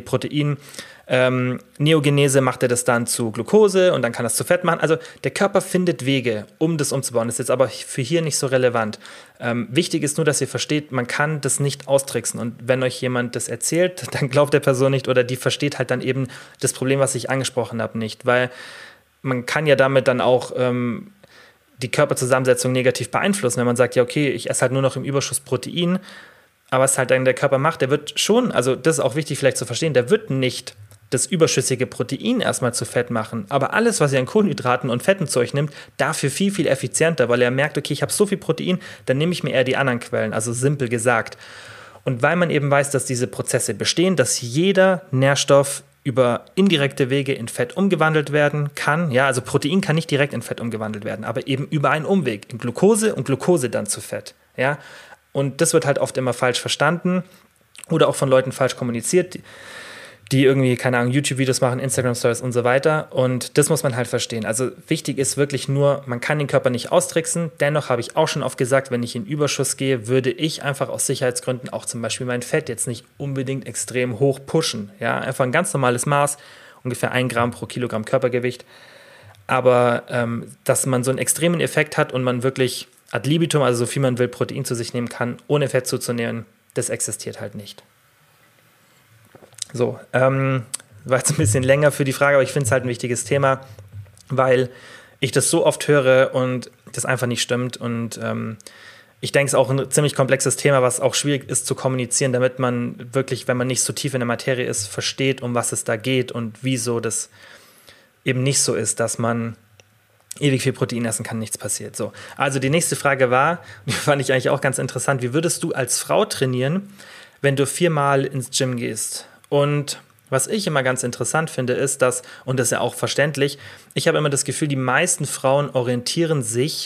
Speaker 1: Neogenese macht er das dann zu Glucose und dann kann das zu Fett machen. Also der Körper findet Wege, um das umzubauen. Das ist jetzt aber für hier nicht so relevant. Wichtig ist nur, dass ihr versteht, man kann das nicht austricksen. Und wenn euch jemand das erzählt, dann glaubt der Person nicht oder die versteht halt dann eben das Problem, was ich angesprochen habe, nicht. Weil man kann ja damit dann auch die Körperzusammensetzung negativ beeinflussen, wenn man sagt, ja okay, ich esse halt nur noch im Überschuss Protein. Aber was halt dann der Körper macht, der wird schon, also das ist auch wichtig vielleicht zu verstehen, der wird nicht das überschüssige Protein erstmal zu Fett machen. Aber alles, was ihr an Kohlenhydraten und Fetten zu euch nimmt, dafür viel, viel effizienter, weil er merkt, okay, ich habe so viel Protein, dann nehme ich mir eher die anderen Quellen, also simpel gesagt. Und weil man eben weiß, dass diese Prozesse bestehen, dass jeder Nährstoff über indirekte Wege in Fett umgewandelt werden kann. Ja, also Protein kann nicht direkt in Fett umgewandelt werden, aber eben über einen Umweg in Glucose und Glucose dann zu Fett. Ja, und das wird halt oft immer falsch verstanden oder auch von Leuten falsch kommuniziert, die irgendwie, keine Ahnung, YouTube-Videos machen, Instagram-Stories und so weiter. Und das muss man halt verstehen. Also wichtig ist wirklich nur, man kann den Körper nicht austricksen. Dennoch habe ich auch schon oft gesagt, wenn ich in Überschuss gehe, würde ich einfach aus Sicherheitsgründen auch zum Beispiel mein Fett jetzt nicht unbedingt extrem hoch pushen. Ja, einfach ein ganz normales Maß, ungefähr 1 Gramm pro Kilogramm Körpergewicht. Aber dass man so einen extremen Effekt hat und man wirklich ad libitum, also so viel man will, Protein zu sich nehmen kann, ohne Fett zuzunehmen, das existiert halt nicht. So, war jetzt ein bisschen länger für die Frage, aber ich finde es halt ein wichtiges Thema, weil ich das so oft höre und das einfach nicht stimmt. Und ich denke, es ist auch ein ziemlich komplexes Thema, was auch schwierig ist zu kommunizieren, damit man wirklich, wenn man nicht so tief in der Materie ist, versteht, um was es da geht und wieso das eben nicht so ist, dass man ewig viel Protein essen kann, nichts passiert. So. Also die nächste Frage war, die fand ich eigentlich auch ganz interessant, wie würdest du als Frau trainieren, wenn du 4-mal ins Gym gehst? Und was ich immer ganz interessant finde, ist, dass, und das ist ja auch verständlich, ich habe immer das Gefühl, die meisten Frauen orientieren sich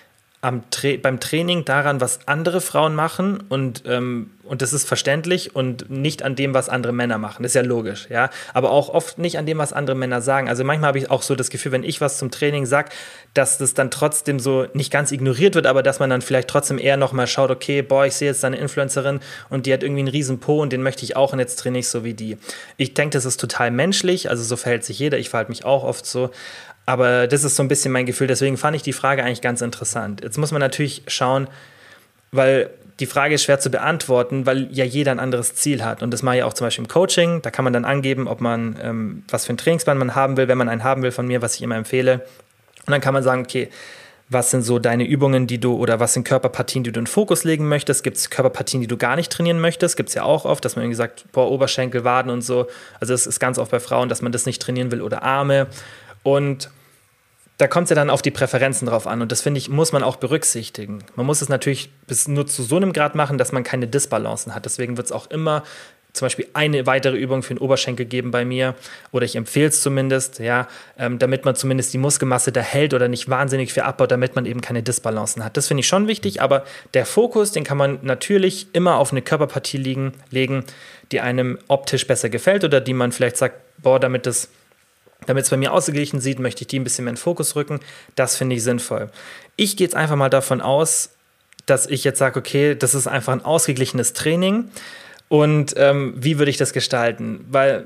Speaker 1: beim Training daran, was andere Frauen machen und das ist verständlich und nicht an dem, was andere Männer machen. Das ist ja logisch, ja. Aber auch oft nicht an dem, was andere Männer sagen. Also manchmal habe ich auch so das Gefühl, wenn ich was zum Training sage, dass das dann trotzdem so nicht ganz ignoriert wird, aber dass man dann vielleicht trotzdem eher nochmal schaut, okay, boah, ich sehe jetzt da eine Influencerin und die hat irgendwie einen riesen Po und den möchte ich auch und jetzt trainiere ich so wie die. Ich denke, das ist total menschlich, also so verhält sich jeder, ich verhalte mich auch oft so. Aber das ist so ein bisschen mein Gefühl, deswegen fand ich die Frage eigentlich ganz interessant. Jetzt muss man natürlich schauen, weil die Frage ist schwer zu beantworten, weil ja jeder ein anderes Ziel hat. Und das mache ich auch zum Beispiel im Coaching. Da kann man dann angeben, ob man was für einen Trainingsplan man haben will, wenn man einen haben will von mir, was ich immer empfehle. Und dann kann man sagen, okay, was sind so deine Übungen, oder was sind Körperpartien, die du in den Fokus legen möchtest? Gibt es Körperpartien, die du gar nicht trainieren möchtest? Gibt es ja auch oft, dass man irgendwie sagt, boah, Oberschenkel, Waden und so. Also das ist ganz oft bei Frauen, dass man das nicht trainieren will oder Arme. Und da kommt es ja dann auf die Präferenzen drauf an. Und das, finde ich, muss man auch berücksichtigen. Man muss es natürlich bis nur zu so einem Grad machen, dass man keine Disbalancen hat. Deswegen wird es auch immer zum Beispiel eine weitere Übung für den Oberschenkel geben bei mir. Oder ich empfehle es zumindest, ja, damit man zumindest die Muskelmasse da hält oder nicht wahnsinnig viel abbaut, damit man eben keine Disbalancen hat. Das finde ich schon wichtig. Aber der Fokus, den kann man natürlich immer auf eine Körperpartie legen, die einem optisch besser gefällt oder die man vielleicht sagt, boah, damit es bei mir ausgeglichen sieht, möchte ich die ein bisschen mehr in den Fokus rücken. Das finde ich sinnvoll. Ich gehe jetzt einfach mal davon aus, dass ich jetzt sage, okay, das ist einfach ein ausgeglichenes Training. Und wie würde ich das gestalten? Weil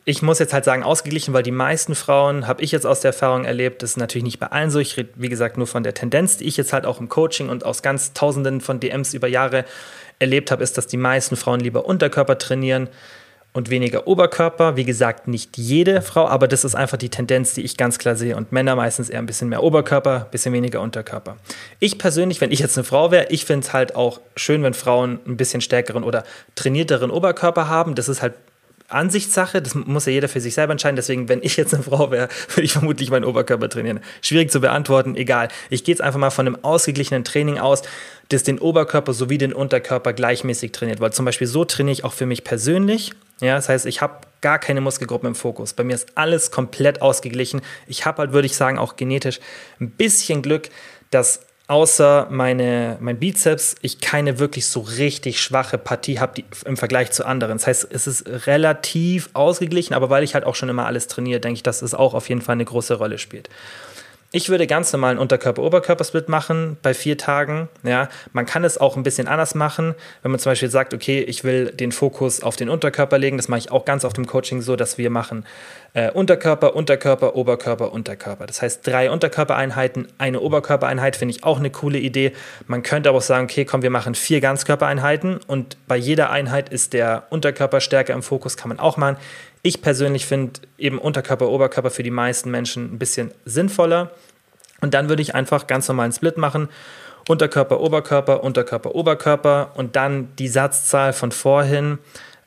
Speaker 1: ich muss jetzt halt sagen, ausgeglichen, weil die meisten Frauen, habe ich jetzt aus der Erfahrung erlebt, das ist natürlich nicht bei allen so, ich rede, wie gesagt, nur von der Tendenz, die ich jetzt halt auch im Coaching und aus ganz Tausenden von DMs über Jahre erlebt habe, ist, dass die meisten Frauen lieber Unterkörper trainieren und weniger Oberkörper. Wie gesagt, nicht jede Frau, aber das ist einfach die Tendenz, die ich ganz klar sehe. Und Männer meistens eher ein bisschen mehr Oberkörper, ein bisschen weniger Unterkörper. Ich persönlich, wenn ich jetzt eine Frau wäre, ich finde es halt auch schön, wenn Frauen ein bisschen stärkeren oder trainierteren Oberkörper haben. Das ist halt Ansichtssache, das muss ja jeder für sich selber entscheiden. Deswegen, wenn ich jetzt eine Frau wäre, würde ich vermutlich meinen Oberkörper trainieren. Schwierig zu beantworten, egal. Ich gehe jetzt einfach mal von einem ausgeglichenen Training aus, das den Oberkörper sowie den Unterkörper gleichmäßig trainiert. Weil zum Beispiel so trainiere ich auch für mich persönlich. Ja, das heißt, ich habe gar keine Muskelgruppen im Fokus. Bei mir ist alles komplett ausgeglichen. Ich habe halt, würde ich sagen, auch genetisch ein bisschen Glück, dass außer mein Bizeps ich keine wirklich so richtig schwache Partie habe im Vergleich zu anderen. Das heißt, es ist relativ ausgeglichen, aber weil ich halt auch schon immer alles trainiere, denke ich, dass es auch auf jeden Fall eine große Rolle spielt. Ich würde ganz normal einen Unterkörper-Oberkörper-Split machen bei 4 Tagen. Ja, man kann es auch ein bisschen anders machen, wenn man zum Beispiel sagt, okay, ich will den Fokus auf den Unterkörper legen. Das mache ich auch ganz oft im Coaching so, dass wir machen Unterkörper, Unterkörper, Oberkörper, Unterkörper. Das heißt 3 Unterkörpereinheiten, eine Oberkörpereinheit, finde ich auch eine coole Idee. Man könnte aber auch sagen, okay, komm, wir machen 4 Ganzkörpereinheiten und bei jeder Einheit ist der Unterkörper stärker im Fokus, kann man auch machen. Ich persönlich finde eben Unterkörper, Oberkörper für die meisten Menschen ein bisschen sinnvoller. Und dann würde ich einfach ganz normal einen Split machen. Unterkörper, Oberkörper, Unterkörper, Oberkörper und dann die Satzzahl von vorhin,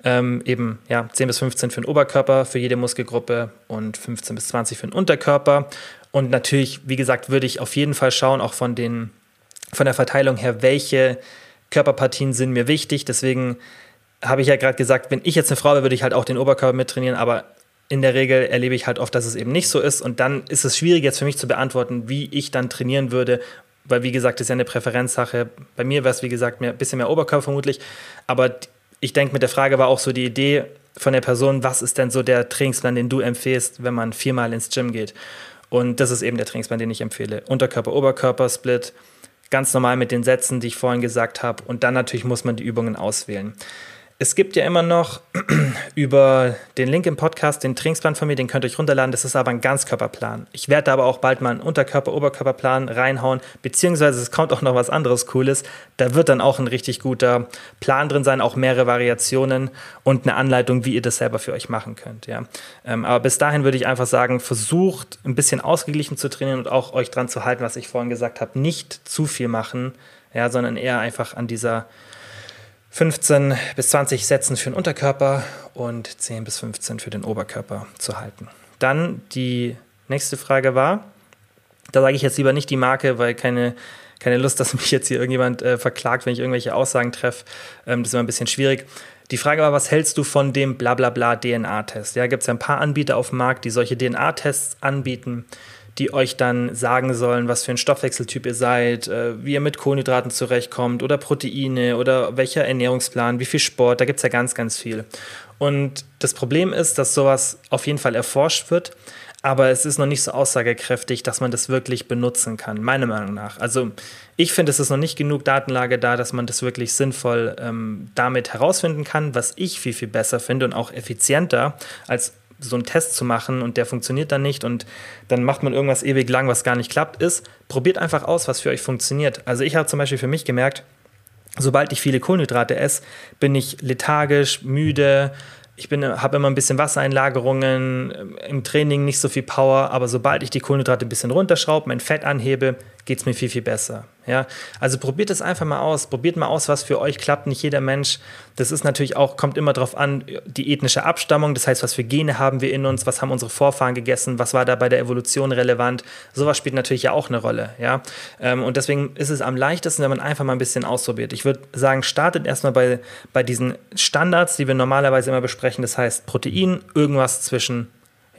Speaker 1: eben 10 bis 15 für den Oberkörper für jede Muskelgruppe und 15 bis 20 für den Unterkörper. Und natürlich, wie gesagt, würde ich auf jeden Fall schauen, auch von der Verteilung her, welche Körperpartien sind mir wichtig. Deswegen habe ich ja gerade gesagt, wenn ich jetzt eine Frau wäre, würde ich halt auch den Oberkörper mittrainieren, aber in der Regel erlebe ich halt oft, dass es eben nicht so ist und dann ist es schwierig jetzt für mich zu beantworten, wie ich dann trainieren würde, weil wie gesagt, das ist ja eine Präferenzsache. Bei mir wäre es, wie gesagt, ein bisschen mehr Oberkörper vermutlich, aber ich denke, mit der Frage war auch so die Idee von der Person, was ist denn so der Trainingsplan, den du empfehlst, wenn man 4-mal ins Gym geht? Und das ist eben der Trainingsplan, den ich empfehle. Unterkörper, Oberkörper, Split, ganz normal mit den Sätzen, die ich vorhin gesagt habe und dann natürlich muss man die Übungen auswählen. Es gibt ja immer noch über den Link im Podcast den Trainingsplan von mir, den könnt ihr euch runterladen. Das ist aber ein Ganzkörperplan. Ich werde da aber auch bald mal einen Unterkörper-Oberkörperplan reinhauen, beziehungsweise es kommt auch noch was anderes Cooles. Da wird dann auch ein richtig guter Plan drin sein, auch mehrere Variationen und eine Anleitung, wie ihr das selber für euch machen könnt. Ja. Aber bis dahin würde ich einfach sagen, versucht ein bisschen ausgeglichen zu trainieren und auch euch dran zu halten, was ich vorhin gesagt habe. Nicht zu viel machen, ja, sondern eher einfach an dieser 15 bis 20 Sätzen für den Unterkörper und 10 bis 15 für den Oberkörper zu halten. Dann die nächste Frage war, da sage ich jetzt lieber nicht die Marke, weil keine Lust, dass mich jetzt hier irgendjemand verklagt, wenn ich irgendwelche Aussagen treffe. Das ist immer ein bisschen schwierig. Die Frage war, was hältst du von dem Blablabla DNA-Test? Ja, gibt es ja ein paar Anbieter auf dem Markt, die solche DNA-Tests anbieten, die euch dann sagen sollen, was für ein Stoffwechseltyp ihr seid, wie ihr mit Kohlenhydraten zurechtkommt oder Proteine oder welcher Ernährungsplan, wie viel Sport, da gibt es ja ganz, ganz viel. Und das Problem ist, dass sowas auf jeden Fall erforscht wird, aber es ist noch nicht so aussagekräftig, dass man das wirklich benutzen kann, meiner Meinung nach. Also ich finde, es ist noch nicht genug Datenlage da, dass man das wirklich sinnvoll damit herausfinden kann, was ich viel, viel besser finde und auch effizienter als so einen Test zu machen und der funktioniert dann nicht und dann macht man irgendwas ewig lang, was gar nicht klappt, probiert einfach aus, was für euch funktioniert. Also ich habe zum Beispiel für mich gemerkt, sobald ich viele Kohlenhydrate esse, bin ich lethargisch, müde, habe immer ein bisschen Wassereinlagerungen, im Training nicht so viel Power, aber sobald ich die Kohlenhydrate ein bisschen runterschraube, mein Fett anhebe, geht es mir viel, viel besser. Ja? Also probiert es einfach mal aus, was für euch klappt, nicht jeder Mensch. Das ist natürlich auch, kommt immer darauf an, die ethnische Abstammung, das heißt, was für Gene haben wir in uns, was haben unsere Vorfahren gegessen, was war da bei der Evolution relevant, sowas spielt natürlich ja auch eine Rolle. Ja? Und deswegen ist es am leichtesten, wenn man einfach mal ein bisschen ausprobiert. Ich würde sagen, startet erstmal bei diesen Standards, die wir normalerweise immer besprechen, das heißt Protein, irgendwas zwischen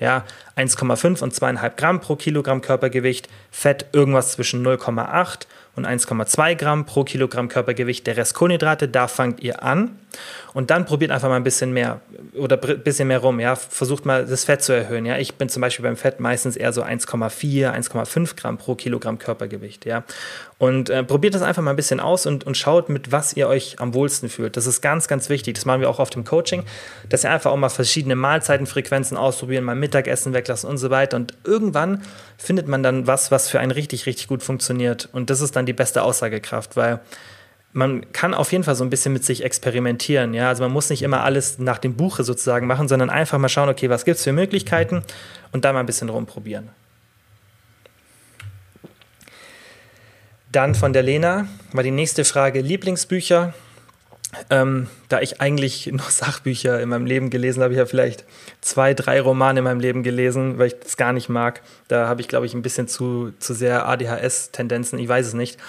Speaker 1: 1,5 und 2,5 Gramm pro Kilogramm Körpergewicht, Fett irgendwas zwischen 0,8 und 1,2 Gramm pro Kilogramm Körpergewicht. Der Rest Kohlenhydrate, da fangt ihr an. Und dann probiert einfach mal ein bisschen mehr oder ein bisschen mehr rum. Ja? Versucht mal das Fett zu erhöhen. Ja? Ich bin zum Beispiel beim Fett meistens eher so 1,4, 1,5 Gramm pro Kilogramm Körpergewicht. Ja? Und probiert das einfach mal ein bisschen aus und schaut, mit was ihr euch am wohlsten fühlt. Das ist ganz, ganz wichtig. Das machen wir auch oft im Coaching, dass ihr einfach auch mal verschiedene Mahlzeitenfrequenzen ausprobieren, mal Mittagessen weglassen und so weiter. Und irgendwann findet man dann was für einen richtig, richtig gut funktioniert. Und das ist dann die beste Aussagekraft, weil man kann auf jeden Fall so ein bisschen mit sich experimentieren. Ja? Also man muss nicht immer alles nach dem Buche sozusagen machen, sondern einfach mal schauen, okay, was gibt es für Möglichkeiten und dann mal ein bisschen rumprobieren. Dann von der Lena war die nächste Frage, Lieblingsbücher. Da ich eigentlich nur Sachbücher in meinem Leben gelesen habe, ich habe vielleicht 2, 3 Romane in meinem Leben gelesen, weil ich das gar nicht mag. Da habe ich, glaube ich, ein bisschen zu sehr ADHS-Tendenzen, ich weiß es nicht.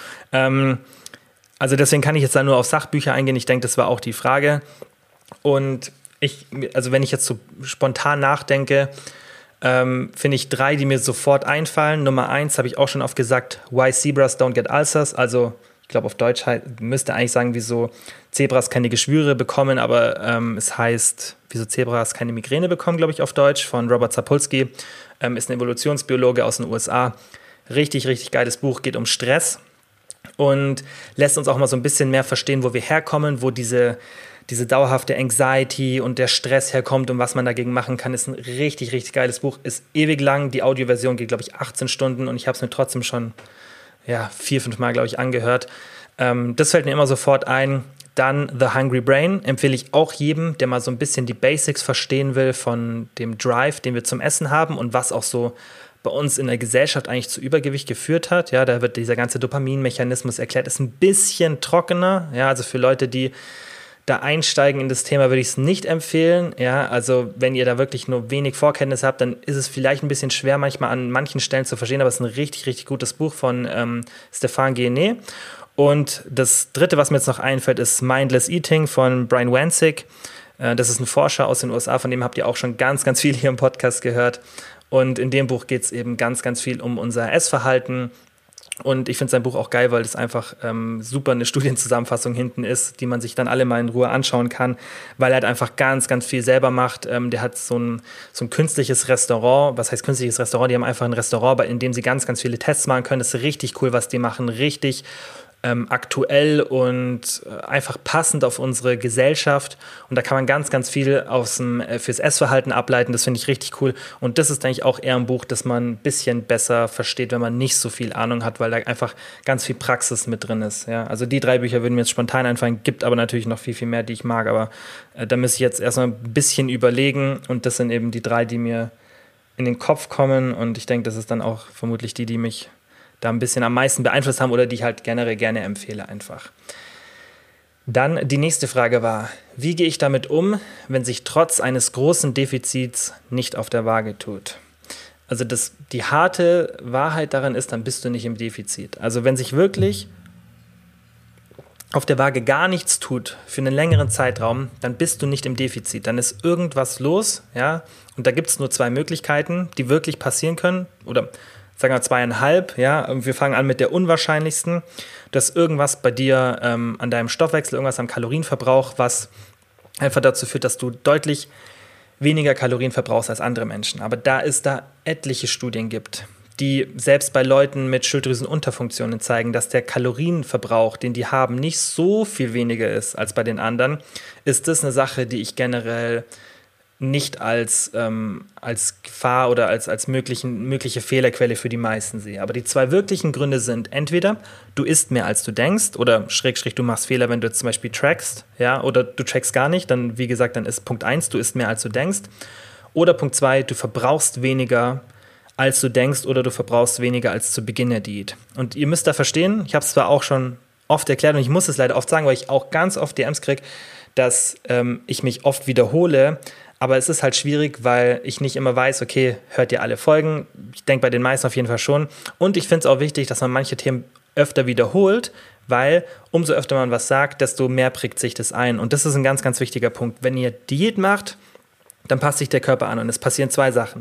Speaker 1: Also deswegen kann ich jetzt da nur auf Sachbücher eingehen. Ich denke, das war auch die Frage. Und wenn ich jetzt so spontan nachdenke, finde ich 3, die mir sofort einfallen. Nummer 1 habe ich auch schon oft gesagt, Why Zebras Don't Get Ulcers. Also ich glaube auf Deutsch müsste eigentlich sagen, wieso Zebras keine Geschwüre bekommen, aber es heißt, wieso Zebras keine Migräne bekommen, glaube ich auf Deutsch, von Robert Sapolsky. Ist ein Evolutionsbiologe aus den USA. Richtig, richtig geiles Buch, geht um Stress. Und lässt uns auch mal so ein bisschen mehr verstehen, wo wir herkommen, wo diese dauerhafte Anxiety und der Stress herkommt und was man dagegen machen kann. Ist ein richtig, richtig geiles Buch. Ist ewig lang. Die Audioversion geht, glaube ich, 18 Stunden und ich habe es mir trotzdem schon 4, 5 Mal, glaube ich, angehört. Das fällt mir immer sofort ein. Dann The Hungry Brain empfehle ich auch jedem, der mal so ein bisschen die Basics verstehen will von dem Drive, den wir zum Essen haben und was auch so bei uns in der Gesellschaft eigentlich zu Übergewicht geführt hat. Ja, da wird dieser ganze Dopaminmechanismus erklärt, ist ein bisschen trockener. Ja, also für Leute, die da einsteigen in das Thema, würde ich es nicht empfehlen. Ja, also wenn ihr da wirklich nur wenig Vorkenntnis habt, dann ist es vielleicht ein bisschen schwer manchmal an manchen Stellen zu verstehen, aber es ist ein richtig, richtig gutes Buch von Stefan Guyenet. Und das dritte, was mir jetzt noch einfällt, ist Mindless Eating von Brian Wansig. Das ist ein Forscher aus den USA, von dem habt ihr auch schon ganz, ganz viel hier im Podcast gehört. Und in dem Buch geht es eben ganz, ganz viel um unser Essverhalten. Und ich finde sein Buch auch geil, weil es einfach super eine Studienzusammenfassung hinten ist, die man sich dann alle mal in Ruhe anschauen kann, weil er halt einfach ganz, ganz viel selber macht. Der hat so ein künstliches Restaurant. Was heißt künstliches Restaurant? Die haben einfach ein Restaurant, in dem sie ganz, ganz viele Tests machen können. Das ist richtig cool, was die machen. Richtig aktuell und einfach passend auf unsere Gesellschaft. Und da kann man ganz, ganz viel fürs Essverhalten ableiten. Das finde ich richtig cool. Und das ist eigentlich auch eher ein Buch, das man ein bisschen besser versteht, wenn man nicht so viel Ahnung hat, weil da einfach ganz viel Praxis mit drin ist. Ja? Also die 3 Bücher würden mir jetzt spontan einfallen. Gibt aber natürlich noch viel, viel mehr, die ich mag. Aber da müsste ich jetzt erstmal ein bisschen überlegen. Und das sind eben die 3, die mir in den Kopf kommen. Und ich denke, das ist dann auch vermutlich die mich da ein bisschen am meisten beeinflusst haben oder die ich halt generell gerne empfehle einfach. Dann die nächste Frage war, wie gehe ich damit um, wenn sich trotz eines großen Defizits nicht auf der Waage tut? Also die harte Wahrheit daran ist, dann bist du nicht im Defizit. Also wenn sich wirklich auf der Waage gar nichts tut für einen längeren Zeitraum, dann bist du nicht im Defizit. Dann ist irgendwas los, ja, und da gibt es nur 2 Möglichkeiten, die wirklich passieren können, oder sagen wir 2,5, ja, wir fangen an mit der unwahrscheinlichsten, dass irgendwas bei dir an deinem Stoffwechsel, irgendwas am Kalorienverbrauch, was einfach dazu führt, dass du deutlich weniger Kalorien verbrauchst als andere Menschen. Aber da es da etliche Studien gibt, die selbst bei Leuten mit Schilddrüsenunterfunktionen zeigen, dass der Kalorienverbrauch, den die haben, nicht so viel weniger ist als bei den anderen, ist das eine Sache, die ich generell nicht als Gefahr oder als mögliche Fehlerquelle für die meisten sehe. Aber die 2 wirklichen Gründe sind, entweder du isst mehr als du denkst oder / du machst Fehler, wenn du zum Beispiel trackst, ja, oder du trackst gar nicht, dann wie gesagt, dann ist Punkt 1, du isst mehr als du denkst, oder Punkt 2, du verbrauchst weniger als du denkst oder du verbrauchst weniger als zu Beginn der Diät. Und ihr müsst da verstehen, ich habe es zwar auch schon oft erklärt und ich muss es leider oft sagen, weil ich auch ganz oft DMs kriege, dass ich mich oft wiederhole. Aber es ist halt schwierig, weil ich nicht immer weiß, okay, hört ihr alle Folgen? Ich denke bei den meisten auf jeden Fall schon. Und ich finde es auch wichtig, dass man manche Themen öfter wiederholt, weil umso öfter man was sagt, desto mehr prägt sich das ein. Und das ist ein ganz, ganz wichtiger Punkt. Wenn ihr Diät macht, dann passt sich der Körper an und es passieren 2 Sachen.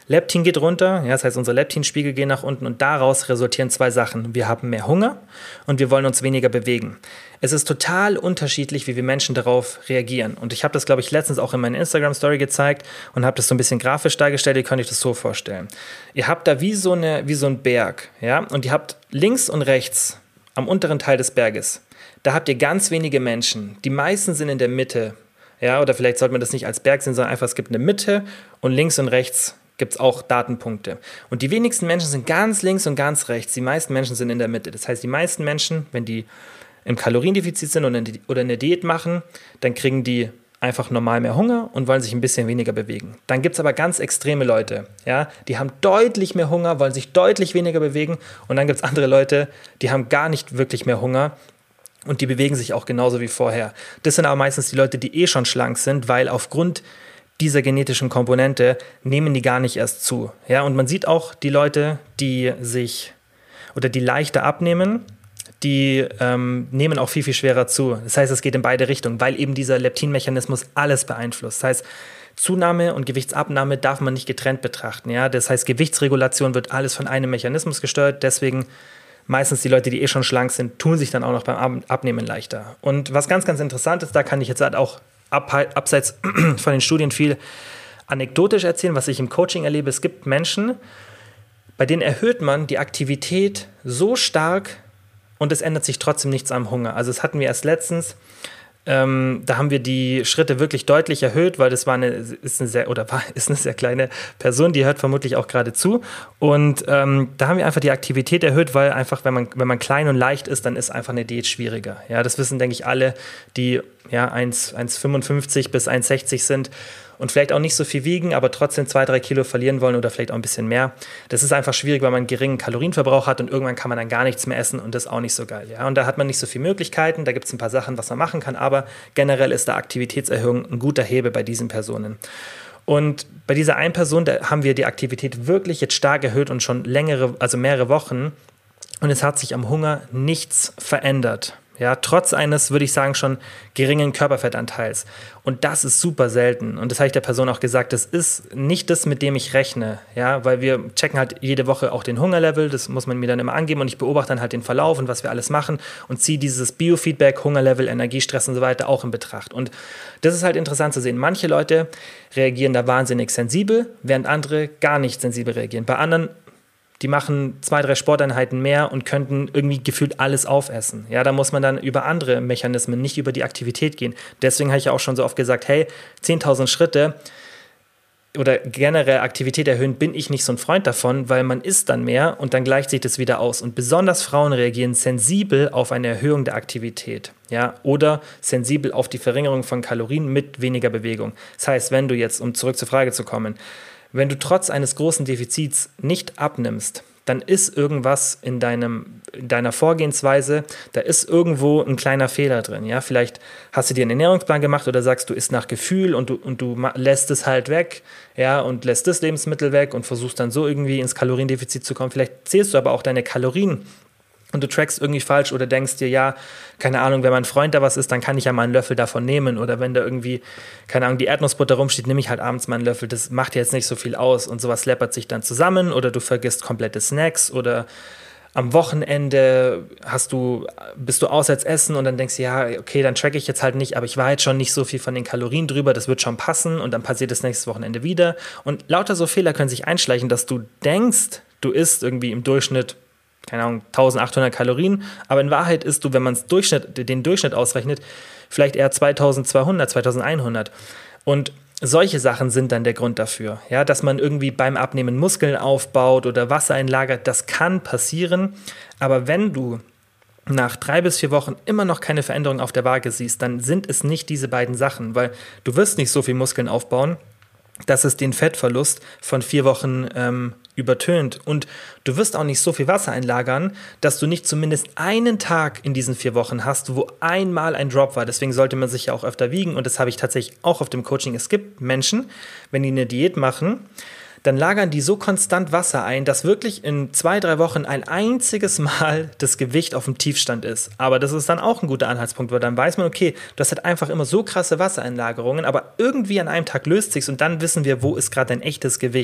Speaker 1: Leptin geht runter, ja, das heißt, unsere Leptinspiegel gehen nach unten und daraus resultieren zwei Sachen. Wir haben mehr Hunger und wir wollen uns weniger bewegen. Es ist total unterschiedlich, wie wir Menschen darauf reagieren. Und ich habe das, glaube ich, letztens auch in meiner Instagram-Story gezeigt und habe das so ein bisschen grafisch dargestellt. Ihr könnt euch das so vorstellen. Ihr habt da wie so ein Berg, ja, und ihr habt links und rechts am unteren Teil des Berges, da habt ihr ganz wenige Menschen. Die meisten sind in der Mitte, ja, oder vielleicht sollte man das nicht als Berg sehen, sondern einfach, es gibt eine Mitte und links und rechts gibt es auch Datenpunkte. Und die wenigsten Menschen sind ganz links und ganz rechts. Die meisten Menschen sind in der Mitte. Das heißt, die meisten Menschen, wenn die im Kaloriendefizit sind oder eine Diät machen, dann kriegen die einfach normal mehr Hunger und wollen sich ein bisschen weniger bewegen. Dann gibt es aber ganz extreme Leute, ja, die haben deutlich mehr Hunger, wollen sich deutlich weniger bewegen. Und dann gibt es andere Leute, die haben gar nicht wirklich mehr Hunger und die bewegen sich auch genauso wie vorher. Das sind aber meistens die Leute, die schon schlank sind, weil aufgrund dieser genetischen Komponente nehmen die gar nicht erst zu. Ja, und man sieht auch die Leute, die leichter abnehmen, die nehmen auch viel, viel schwerer zu. Das heißt, es geht in beide Richtungen, weil eben dieser Leptinmechanismus alles beeinflusst. Das heißt, Zunahme und Gewichtsabnahme darf man nicht getrennt betrachten. Ja? Das heißt, Gewichtsregulation wird alles von einem Mechanismus gesteuert. Deswegen meistens die Leute, die schon schlank sind, tun sich dann auch noch beim Abnehmen leichter. Und was ganz, ganz interessant ist, da kann ich jetzt halt auch abseits von den Studien viel anekdotisch erzählen, was ich im Coaching erlebe. Es gibt Menschen, bei denen erhöht man die Aktivität so stark und es ändert sich trotzdem nichts am Hunger. Also das hatten wir erst letztens. Da haben wir die Schritte wirklich deutlich erhöht, weil das ist eine sehr kleine Person, die hört vermutlich auch gerade zu. Und da haben wir einfach die Aktivität erhöht, weil einfach, wenn man klein und leicht ist, dann ist einfach eine Diät schwieriger. Ja, das wissen, denke ich, alle, die 1,55 bis 1,60 sind und vielleicht auch nicht so viel wiegen, aber trotzdem 2-3 Kilo verlieren wollen oder vielleicht auch ein bisschen mehr. Das ist einfach schwierig, weil man einen geringen Kalorienverbrauch hat und irgendwann kann man dann gar nichts mehr essen und das ist auch nicht so geil. Ja? Und da hat man nicht so viele Möglichkeiten, da gibt es ein paar Sachen, was man machen kann, aber generell ist da Aktivitätserhöhung ein guter Hebel bei diesen Personen. Und bei dieser einen Person, da haben wir die Aktivität wirklich jetzt stark erhöht und schon mehrere Wochen und es hat sich am Hunger nichts verändert. Ja, trotz eines, würde ich sagen, schon geringen Körperfettanteils. Und das ist super selten. Und das habe ich der Person auch gesagt, das ist nicht das, mit dem ich rechne. Ja, weil wir checken halt jede Woche auch den Hungerlevel, das muss man mir dann immer angeben und ich beobachte dann halt den Verlauf und was wir alles machen und ziehe dieses Biofeedback, Hungerlevel, Energiestress und so weiter auch in Betracht. Und das ist halt interessant zu sehen. Manche Leute reagieren da wahnsinnig sensibel, während andere gar nicht sensibel reagieren. Bei anderen die machen 2-3 Sporteinheiten mehr und könnten irgendwie gefühlt alles aufessen. Ja, da muss man dann über andere Mechanismen, nicht über die Aktivität gehen. Deswegen habe ich ja auch schon so oft gesagt, hey, 10.000 Schritte oder generell Aktivität erhöhen, bin ich nicht so ein Freund davon, weil man isst dann mehr und dann gleicht sich das wieder aus. Und besonders Frauen reagieren sensibel auf eine Erhöhung der Aktivität, ja, oder sensibel auf die Verringerung von Kalorien mit weniger Bewegung. Das heißt, wenn du jetzt, um zurück zur Frage zu kommen, wenn du trotz eines großen Defizits nicht abnimmst, dann ist irgendwas in deiner Vorgehensweise, da ist irgendwo ein kleiner Fehler drin. Ja? Vielleicht hast du dir einen Ernährungsplan gemacht oder sagst, du isst nach Gefühl und du lässt es halt weg, ja, und lässt das Lebensmittel weg und versuchst dann so irgendwie ins Kaloriendefizit zu kommen. Vielleicht zählst du aber auch deine Kalorien und du trackst irgendwie falsch oder denkst dir, ja, keine Ahnung, wenn mein Freund da was isst, dann kann ich ja mal einen Löffel davon nehmen. Oder wenn da irgendwie, keine Ahnung, die Erdnussbutter rumsteht, nehme ich halt abends mal einen Löffel. Das macht jetzt nicht so viel aus. Und sowas läppert sich dann zusammen. Oder du vergisst komplette Snacks. Oder am Wochenende bist du auswärts essen und dann denkst du, ja, okay, dann track ich jetzt halt nicht. Aber ich war jetzt schon nicht so viel von den Kalorien drüber. Das wird schon passen. Und dann passiert das nächstes Wochenende wieder. Und lauter so Fehler können sich einschleichen, dass du denkst, du isst irgendwie im Durchschnitt, keine Ahnung, 1800 Kalorien, aber in Wahrheit isst du, wenn man den Durchschnitt ausrechnet, vielleicht eher 2200, 2100. Und solche Sachen sind dann der Grund dafür, ja, dass man irgendwie beim Abnehmen Muskeln aufbaut oder Wasser einlagert, das kann passieren, aber wenn du nach 3 bis 4 Wochen immer noch keine Veränderung auf der Waage siehst, dann sind es nicht diese beiden Sachen, weil du wirst nicht so viel Muskeln aufbauen, dass es den Fettverlust von 4 Wochen übertönt. Und du wirst auch nicht so viel Wasser einlagern, dass du nicht zumindest einen Tag in diesen 4 Wochen hast, wo einmal ein Drop war. Deswegen sollte man sich ja auch öfter wiegen. Und das habe ich tatsächlich auch auf dem Coaching. Es gibt Menschen, wenn die eine Diät machen, dann lagern die so konstant Wasser ein, dass wirklich in 2-3 Wochen ein einziges Mal das Gewicht auf dem Tiefstand ist. Aber das ist dann auch ein guter Anhaltspunkt, weil dann weiß man, okay, das hat einfach immer so krasse Wassereinlagerungen, aber irgendwie an einem Tag löst sich's und dann wissen wir, wo ist gerade dein echtes Gewicht.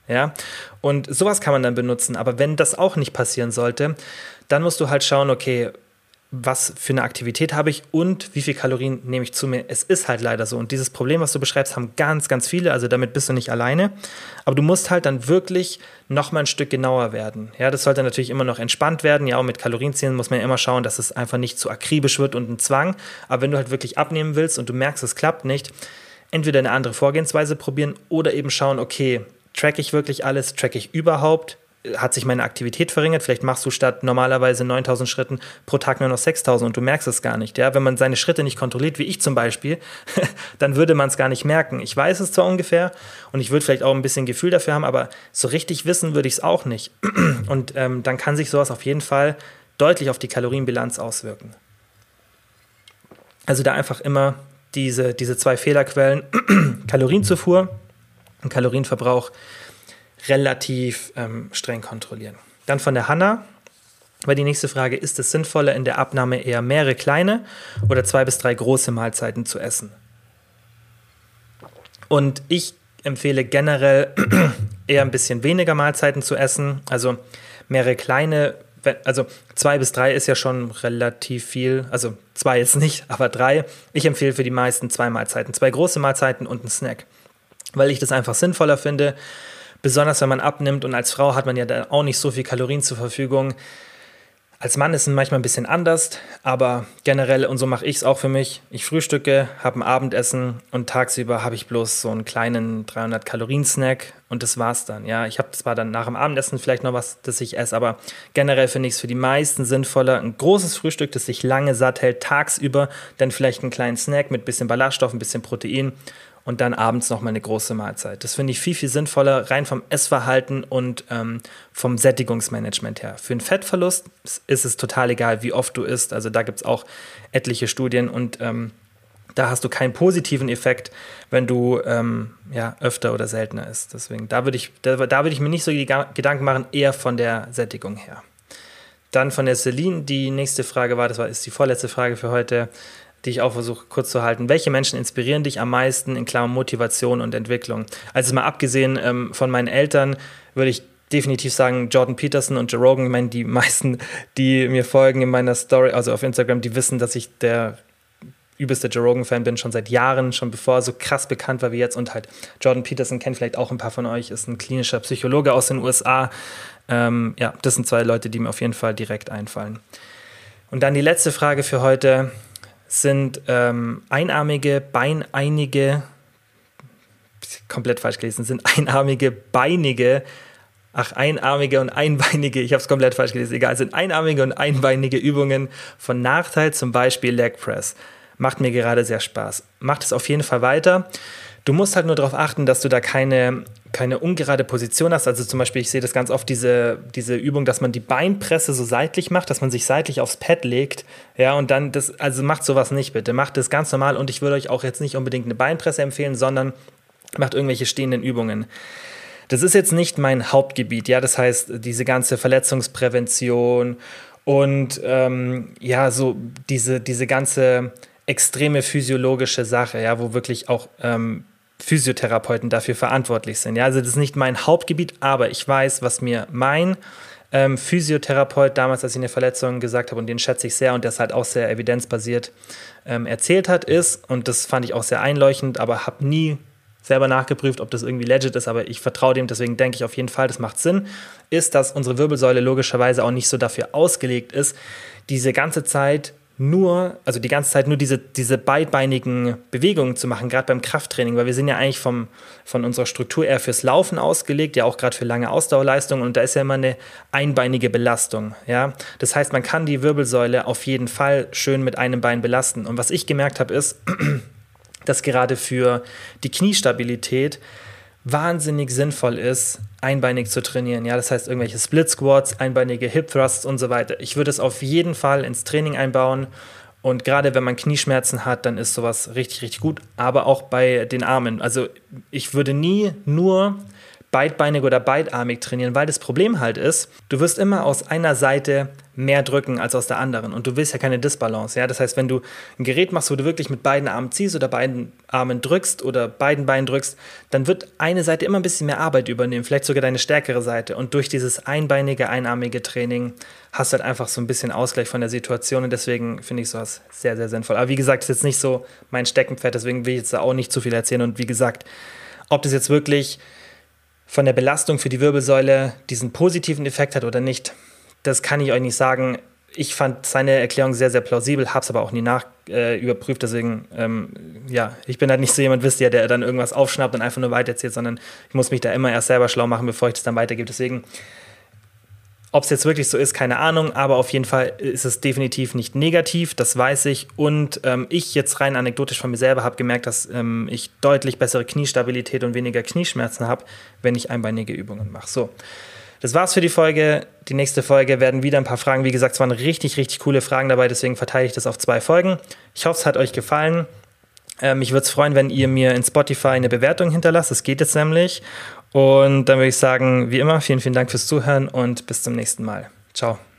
Speaker 1: Ja, und sowas kann man dann benutzen. Aber wenn das auch nicht passieren sollte, dann musst du halt schauen, okay, was für eine Aktivität habe ich und wie viel Kalorien nehme ich zu mir. Es ist halt leider so. Und dieses Problem, was du beschreibst, haben ganz, ganz viele. Also damit bist du nicht alleine. Aber du musst halt dann wirklich noch mal ein Stück genauer werden. Ja, das sollte natürlich immer noch entspannt werden. Ja, auch mit Kalorienzählen muss man ja immer schauen, dass es einfach nicht zu akribisch wird und ein Zwang. Aber wenn du halt wirklich abnehmen willst und du merkst, es klappt nicht, entweder eine andere Vorgehensweise probieren oder eben schauen, okay, track ich wirklich alles, track ich überhaupt? Hat sich meine Aktivität verringert? Vielleicht machst du statt normalerweise 9.000 Schritten pro Tag nur noch 6.000 und du merkst es gar nicht. Ja? Wenn man seine Schritte nicht kontrolliert, wie ich zum Beispiel, dann würde man es gar nicht merken. Ich weiß es zwar ungefähr und ich würde vielleicht auch ein bisschen Gefühl dafür haben, aber so richtig wissen würde ich es auch nicht. Und dann kann sich sowas auf jeden Fall deutlich auf die Kalorienbilanz auswirken. Also da einfach immer diese 2 Fehlerquellen, Kalorienzufuhr und Kalorienverbrauch relativ streng kontrollieren. Dann von der Hanna war die nächste Frage, ist es sinnvoller, in der Abnahme eher mehrere kleine oder 2 bis 3 große Mahlzeiten zu essen? Und ich empfehle generell eher ein bisschen weniger Mahlzeiten zu essen, also mehrere kleine, also 2 bis 3 ist ja schon relativ viel, also 2 jetzt nicht, aber 3. Ich empfehle für die meisten 2 Mahlzeiten, 2 große Mahlzeiten und einen Snack, weil ich das einfach sinnvoller finde, besonders wenn man abnimmt und als Frau hat man ja da auch nicht so viel Kalorien zur Verfügung. Als Mann ist es manchmal ein bisschen anders, aber generell, und so mache ich es auch für mich, ich frühstücke, habe ein Abendessen und tagsüber habe ich bloß so einen kleinen 300-Kalorien-Snack und das war's dann. Ja, ich habe zwar dann nach dem Abendessen vielleicht noch was, das ich esse, aber generell finde ich es für die meisten sinnvoller, ein großes Frühstück, das sich lange satt hält, tagsüber, dann vielleicht einen kleinen Snack mit ein bisschen Ballaststoff, ein bisschen Protein und dann abends nochmal eine große Mahlzeit. Das finde ich viel, viel sinnvoller, rein vom Essverhalten und vom Sättigungsmanagement her. Für einen Fettverlust ist es total egal, wie oft du isst. Also da gibt es auch etliche Studien und da hast du keinen positiven Effekt, wenn du öfter oder seltener isst. Deswegen, da würde ich mir nicht so die Gedanken machen, eher von der Sättigung her. Dann von der Celine, die nächste Frage ist die vorletzte Frage für heute, die ich auch versuche kurz zu halten. Welche Menschen inspirieren dich am meisten in Klammern Motivation und Entwicklung? Also mal abgesehen von meinen Eltern würde ich definitiv sagen Jordan Peterson und Joe Rogan. Ich meine, die meisten, die mir folgen in meiner Story, also auf Instagram, die wissen, dass ich der übelste Joe Rogan-Fan bin, schon seit Jahren, schon bevor er so krass bekannt war wie jetzt. Und halt Jordan Peterson kennt vielleicht auch ein paar von euch, ist ein klinischer Psychologe aus den USA. Das sind 2 Leute, die mir auf jeden Fall direkt einfallen. Und dann die letzte Frage für heute sind einarmige und einbeinige, ich habe es komplett falsch gelesen, egal, sind einarmige und einbeinige Übungen von Nachteil, zum Beispiel Leg Press. Macht mir gerade sehr Spaß. Macht es auf jeden Fall weiter. Du musst halt nur darauf achten, dass du da keine ungerade Position hast. Also zum Beispiel, ich sehe das ganz oft, diese Übung, dass man die Beinpresse so seitlich macht, dass man sich seitlich aufs Pad legt. Ja, und dann also macht sowas nicht bitte. Macht das ganz normal und ich würde euch auch jetzt nicht unbedingt eine Beinpresse empfehlen, sondern macht irgendwelche stehenden Übungen. Das ist jetzt nicht mein Hauptgebiet, ja, das heißt, diese ganze Verletzungsprävention und so diese ganze extreme physiologische Sache, ja, wo wirklich auch Physiotherapeuten dafür verantwortlich sind. Ja, also das ist nicht mein Hauptgebiet, aber ich weiß, was mir mein Physiotherapeut damals, als ich eine Verletzung gesagt habe, und den schätze ich sehr und der ist halt auch sehr evidenzbasiert erzählt hat, ist, und das fand ich auch sehr einleuchtend, aber habe nie selber nachgeprüft, ob das irgendwie legit ist, aber ich vertraue dem, deswegen denke ich auf jeden Fall, das macht Sinn, ist, dass unsere Wirbelsäule logischerweise auch nicht so dafür ausgelegt ist, die ganze Zeit nur diese beidbeinigen Bewegungen zu machen, gerade beim Krafttraining, weil wir sind ja eigentlich von unserer Struktur eher fürs Laufen ausgelegt, ja auch gerade für lange Ausdauerleistungen und da ist ja immer eine einbeinige Belastung, ja. Das heißt, man kann die Wirbelsäule auf jeden Fall schön mit einem Bein belasten und was ich gemerkt habe ist, dass gerade für die Kniestabilität wahnsinnig sinnvoll ist, einbeinig zu trainieren. Ja, das heißt irgendwelche Split Squats, einbeinige Hip Thrusts und so weiter. Ich würde es auf jeden Fall ins Training einbauen und gerade wenn man Knieschmerzen hat, dann ist sowas richtig, richtig gut, aber auch bei den Armen. Also ich würde nie nur beidbeinig oder beidarmig trainieren, weil das Problem halt ist, du wirst immer aus einer Seite mehr drücken als aus der anderen und du willst ja keine Disbalance. Ja? Das heißt, wenn du ein Gerät machst, wo du wirklich mit beiden Armen ziehst oder beiden Armen drückst oder beiden Beinen drückst, dann wird eine Seite immer ein bisschen mehr Arbeit übernehmen, vielleicht sogar deine stärkere Seite. Und durch dieses einbeinige, einarmige Training hast du halt einfach so ein bisschen Ausgleich von der Situation und deswegen finde ich sowas sehr, sehr sinnvoll. Aber wie gesagt, ist jetzt nicht so mein Steckenpferd, deswegen will ich jetzt da auch nicht zu viel erzählen. Und wie gesagt, ob das jetzt wirklich von der Belastung für die Wirbelsäule diesen positiven Effekt hat oder nicht, das kann ich euch nicht sagen. Ich fand seine Erklärung sehr, sehr plausibel, habe es aber auch nie überprüft. Deswegen, ich bin halt nicht so jemand, wisst ihr, der dann irgendwas aufschnappt und einfach nur weitererzählt, sondern ich muss mich da immer erst selber schlau machen, bevor ich das dann weitergebe. Deswegen, ob es jetzt wirklich so ist, keine Ahnung, aber auf jeden Fall ist es definitiv nicht negativ, das weiß ich. Und ich jetzt rein anekdotisch von mir selber habe gemerkt, dass ich deutlich bessere Kniestabilität und weniger Knieschmerzen habe, wenn ich einbeinige Übungen mache. So. Das war's für die Folge. Die nächste Folge werden wieder ein paar Fragen. Wie gesagt, es waren richtig, richtig coole Fragen dabei, deswegen verteile ich das auf 2 Folgen. Ich hoffe, es hat euch gefallen. Mich würde es freuen, wenn ihr mir in Spotify eine Bewertung hinterlasst. Das geht jetzt nämlich. Und dann würde ich sagen, wie immer, vielen, vielen Dank fürs Zuhören und bis zum nächsten Mal. Ciao.